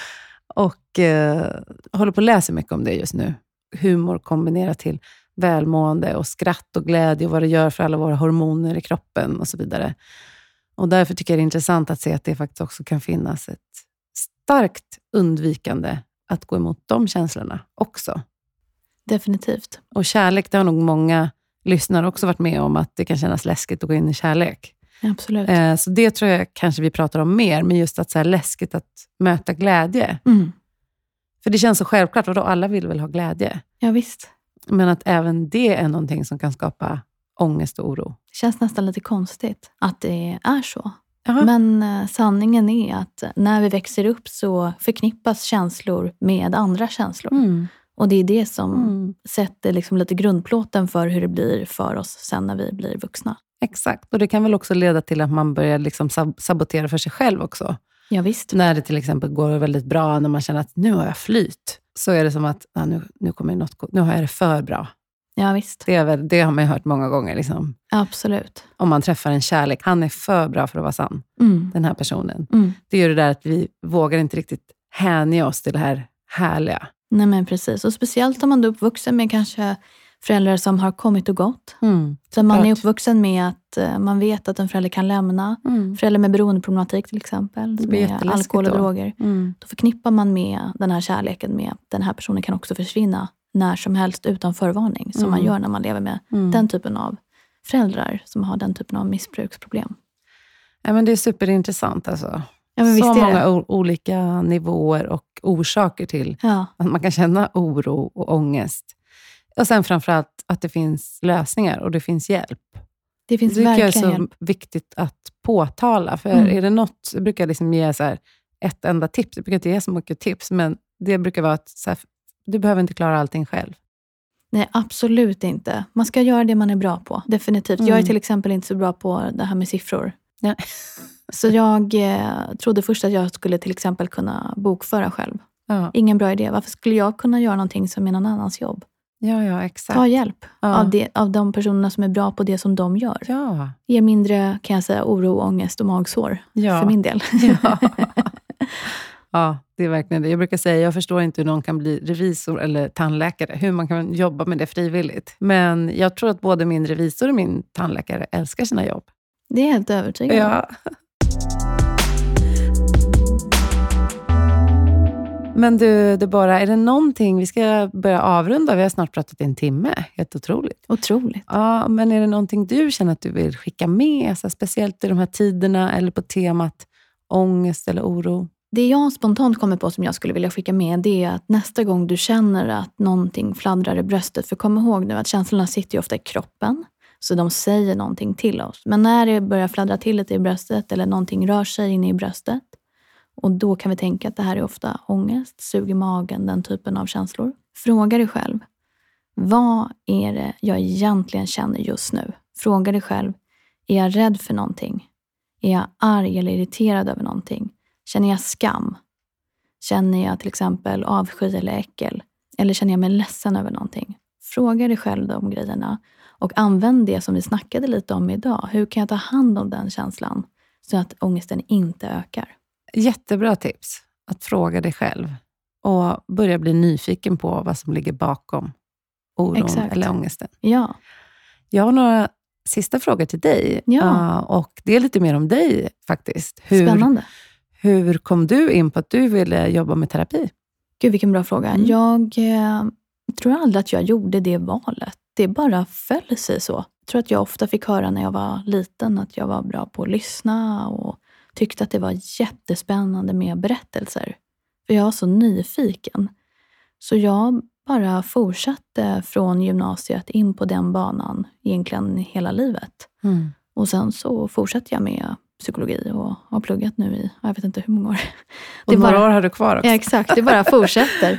Och eh, håller på att läsa mycket om det just nu. Humor kombinerat till välmående och skratt och glädje. Och vad det gör för alla våra hormoner i kroppen och så vidare. Och därför tycker jag det är intressant att se att det faktiskt också kan finnas ett starkt undvikande att gå emot de känslorna också. Definitivt. Och kärlek, det har nog många lyssnare också varit med om, att det kan kännas läskigt att gå in i kärlek. Absolut. Eh, så det tror jag kanske vi pratar om mer, men just att så här läskigt att möta glädje. Mm. För det känns så självklart, och då alla vill väl ha glädje. Ja, visst. Men att även det är någonting som kan skapa ångest och oro. Det känns nästan lite konstigt att det är så. Aha. Men eh, sanningen är att när vi växer upp så förknippas känslor med andra känslor. Mm. Och det är det som Mm. sätter liksom lite grundplåten för hur det blir för oss sen när vi blir vuxna. Exakt, och det kan väl också leda till att man börjar liksom sab- sabotera för sig själv också. Ja, visst. När det till exempel går väldigt bra, när man känner att nu har jag flyt, så är det som att ja, nu, nu, kommer något, gå- nu har jag det för bra. Ja, visst. Det, är väl, det har man ju hört många gånger. Liksom. Absolut. Om man träffar en kärlek, han är för bra för att vara sann, Mm. den här personen. Mm. Det gör det där att vi vågar inte riktigt hänga oss till det här härliga. Nej, men precis. Och speciellt om man är uppvuxen med kanske föräldrar som har kommit och gått. Mm. Så man är Klart. uppvuxen med att eh, man vet att en förälder kan lämna. Mm. Föräldrar med beroendeproblematik till exempel. Det blir Med jätteläskigt alkohol och då. droger. Mm. Då förknippar man med den här kärleken med att den här personen kan också försvinna när som helst utan förvarning. Som Mm. man gör när man lever med Mm. den typen av föräldrar som har den typen av missbruksproblem. Ja, men det är superintressant alltså. Ja, men visst Så är det. många o- olika nivåer och orsaker till Ja, att man kan känna oro och ångest. Och sen framförallt att det finns lösningar och det finns hjälp. det finns Det tycker jag är verkligen så hjälp. viktigt att påtala. För Mm. är det något, jag brukar liksom ge så här ett enda tips. Jag brukar inte ge så mycket tips, men det brukar vara att så här, du behöver inte klara allting själv. Nej, absolut inte. Man ska göra det man är bra på. Definitivt. Jag är Mm. till exempel inte så bra på det här med siffror. Ja. Så jag eh, trodde först att jag skulle till exempel kunna bokföra själv. Ja, Ingen bra idé. Varför skulle jag kunna göra någonting som är någon annans jobb? ja, ja exakt. Ta hjälp Ja. av, det, av de personerna som är bra på det som de gör. Ja, Ger mindre, kan jag säga, oro, ångest och magsår. Ja. För min del. ja. Ja, det är verkligen det. Jag brukar säga, jag förstår inte hur någon kan bli revisor eller tandläkare. Hur man kan jobba med det frivilligt. Men jag tror att både min revisor och min tandläkare älskar sina jobb. Det är helt övertygad om. Ja. Men du, det bara, är det någonting, vi ska börja avrunda, vi har snart pratat i en timme, helt otroligt. Otroligt. Ja, men är det någonting du känner att du vill skicka med, så speciellt i de här tiderna eller på temat ångest eller oro? Det jag spontant kommer på som jag skulle vilja skicka med, det är att nästa gång du känner att någonting fladdrar i bröstet, för kom ihåg nu att känslorna sitter ju ofta i kroppen, så de säger någonting till oss. Men när det börjar fladdra till lite i bröstet eller någonting rör sig inne i bröstet, och då kan vi tänka att det här är ofta ångest, sug i magen, den typen av känslor. Fråga dig själv, vad är det jag egentligen känner just nu? Fråga dig själv, är jag rädd för någonting? Är jag arg eller irriterad över någonting? Känner jag skam? Känner jag till exempel avsky eller äckel? Eller känner jag mig ledsen över någonting? Fråga dig själv de grejerna. Och använd det som vi snackade lite om idag. Hur kan jag ta hand om den känslan så att ångesten inte ökar? Jättebra tips. Att fråga dig själv. Och börja bli nyfiken på vad som ligger bakom oron Exakt. eller ångesten. Ja, Jag har några sista frågor till dig. Ja. Uh, och det är lite mer om dig faktiskt. Hur, spännande. hur kom du in på att du ville jobba med terapi? Gud, vilken bra fråga. Mm. Jag eh, tror aldrig att jag gjorde det valet. Det bara föll sig så. Jag tror att jag ofta fick höra när jag var liten att jag var bra på att lyssna och tyckte att det var jättespännande med berättelser. För jag var så nyfiken. Så jag bara fortsatte från gymnasiet in på den banan egentligen hela livet. Mm. Och sen så fortsatte jag med psykologi och har pluggat nu i, jag vet inte hur många år. Och några år har du kvar också. Ja, exakt. Det bara fortsätter.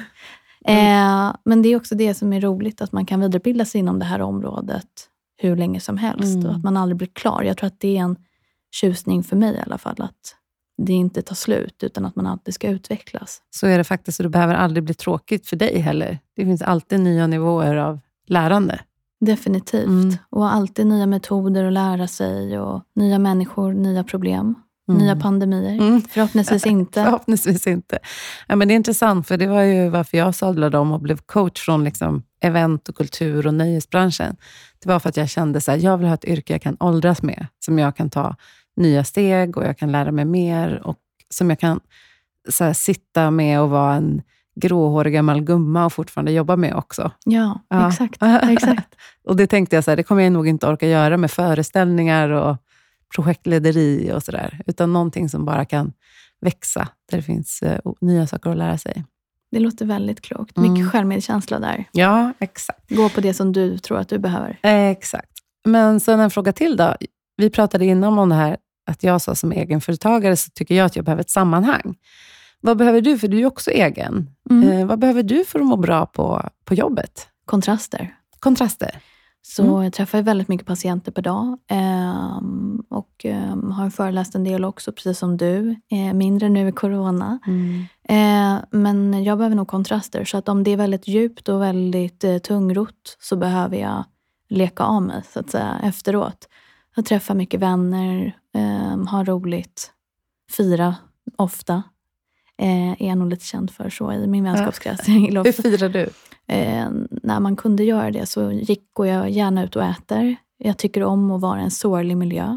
eh, men det är också det som är roligt, att man kan vidareutbilda sig inom det här området hur länge som helst. Mm. Och att man aldrig blir klar. Jag tror att det är en tjusning för mig i alla fall. Att det inte tar slut utan att man alltid ska utvecklas. Så är det faktiskt, och det behöver aldrig bli tråkigt för dig heller. Det finns alltid nya nivåer av lärande. Definitivt. Mm. Och alltid nya metoder att lära sig och nya människor, nya problem. Mm. Nya pandemier. Mm. Förhoppningsvis inte. Förhoppningsvis inte. Ja, men det är intressant, för det var ju varför jag sadlade om och blev coach från liksom event och kultur och nöjesbranschen. Det var för att jag kände så här, jag vill ha ett yrke jag kan åldras med. Som jag kan ta nya steg och jag kan lära mig mer. Och som jag kan så här, sitta med och vara en gråhårig gammal gumma och fortfarande jobba med också. Ja, ja. exakt. exakt. Och det tänkte jag så här, det kommer jag nog inte orka göra med föreställningar och projektlederi och sådär. Utan någonting som bara kan växa. Där det finns uh, nya saker att lära sig. Det låter väldigt klokt. Mycket mm. självmedkänsla där. Ja, exakt. Gå på det som du tror att du behöver. Eh, exakt. Men sen en fråga till då. Vi pratade innan om det här att jag sa som egenföretagare så tycker jag att jag behöver ett sammanhang. Vad behöver du? För du är också egen. Mm. Eh, vad behöver du för att må bra på, på jobbet? Kontraster. Kontraster. Så mm. jag träffar väldigt mycket patienter per dag. Eh, och eh, har föreläst en del också, precis som du. Eh, mindre nu i corona. Mm. Eh, men jag behöver nog kontraster. Så att om det är väldigt djupt och väldigt eh, tungrott så behöver jag leka av mig så att säga efteråt. Jag träffar mycket vänner. Eh, har roligt. Fira ofta. Eh, är jag nog lite känd för så i min vänskapskrets. Hur firar du? Eh, när man kunde göra det så gick och jag gärna ut och äter. Jag tycker om att vara en sorglig miljö.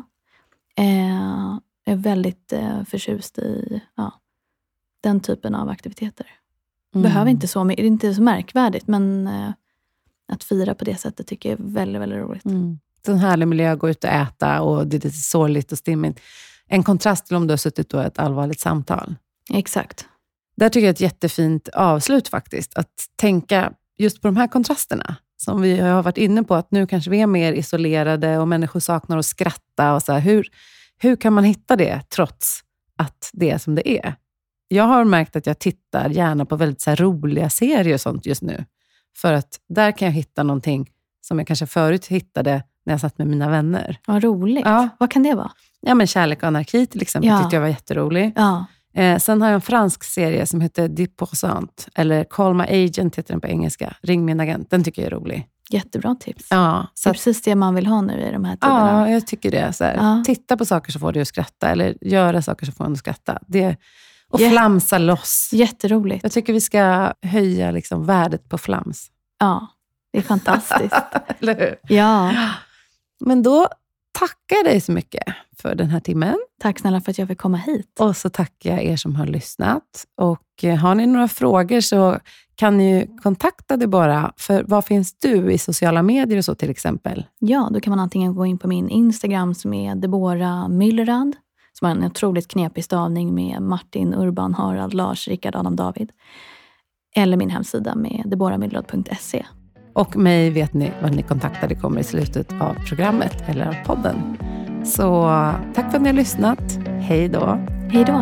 Eh, är väldigt eh, förtjust i ja, den typen av aktiviteter. Mm. Behöver inte så, det är inte så märkvärdigt, men eh, att fira på det sättet tycker jag är väldigt, väldigt roligt. Mm. Så en härlig miljö, gå ut och äta och det är lite sorgligt och stimmigt. En kontrast till om du har suttit och ett allvarligt samtal. Exakt. Där tycker jag ett jättefint avslut faktiskt. Att tänka just på de här kontrasterna. Som vi har varit inne på, att nu kanske vi är mer isolerade och människor saknar att skratta. Och så här, hur, hur kan man hitta det trots att det är som det är? Jag har märkt att jag tittar gärna på väldigt så här roliga serier och sånt just nu. För att där kan jag hitta någonting som jag kanske förut hittade när jag satt med mina vänner. Vad roligt. Ja. Vad kan det vara? Ja, men Kärlek och anarki till exempel ja. tyckte jag var jätterolig. Ja. Eh, sen har jag en fransk serie som heter dix procent. Eller Call My Agent heter den på engelska. Ring min agent. Den tycker jag är rolig. Jättebra tips. Ja, så det är att, precis det man vill ha nu i de här tiderna. Ja, jag tycker det. Så här, ja. Titta på saker så får du att skratta. Eller göra saker så får du att skratta. Det, och Jätte, flamsa loss. Jätteroligt. Jag tycker vi ska höja liksom värdet på flams. Ja, det är fantastiskt. Eller hur? Ja. Men då tackar jag dig så mycket för den här timmen. Tack snälla för att jag fick komma hit. Och så tackar jag er som har lyssnat. Och har ni några frågor så kan ni ju kontakta dig bara. För vad finns du i sociala medier och så till exempel? Ja, då kan man antingen gå in på min Instagram som är Deborah Mühlrad. Som har en otroligt knepig stavning med Martin, Urban, Harald, Lars, Rickard, Adam, David. Eller min hemsida med deborah mühlrad punkt se. Och mig vet ni vad ni kontaktar. Det kommer i slutet av programmet eller av podden. Så tack för att ni har lyssnat. Hej då. Hej då.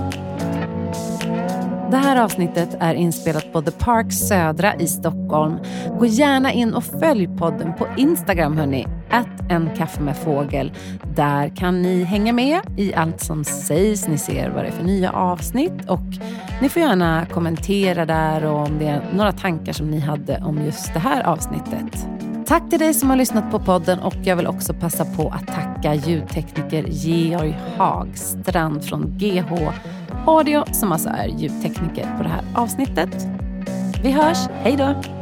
Det här avsnittet är inspelat på The Park Södra i Stockholm. Gå gärna in och följ podden på Instagram hörni. At en kaffe med fågel. Där kan ni hänga med i allt som sägs. Ni ser vad det är för nya avsnitt. Och ni får gärna kommentera där och om det är några tankar som ni hade om just det här avsnittet. Tack till dig som har lyssnat på podden och jag vill också passa på att tacka ljudtekniker Georg Hagstrand från G H Audio som alltså är ljudtekniker på det här avsnittet. Vi hörs, hej då!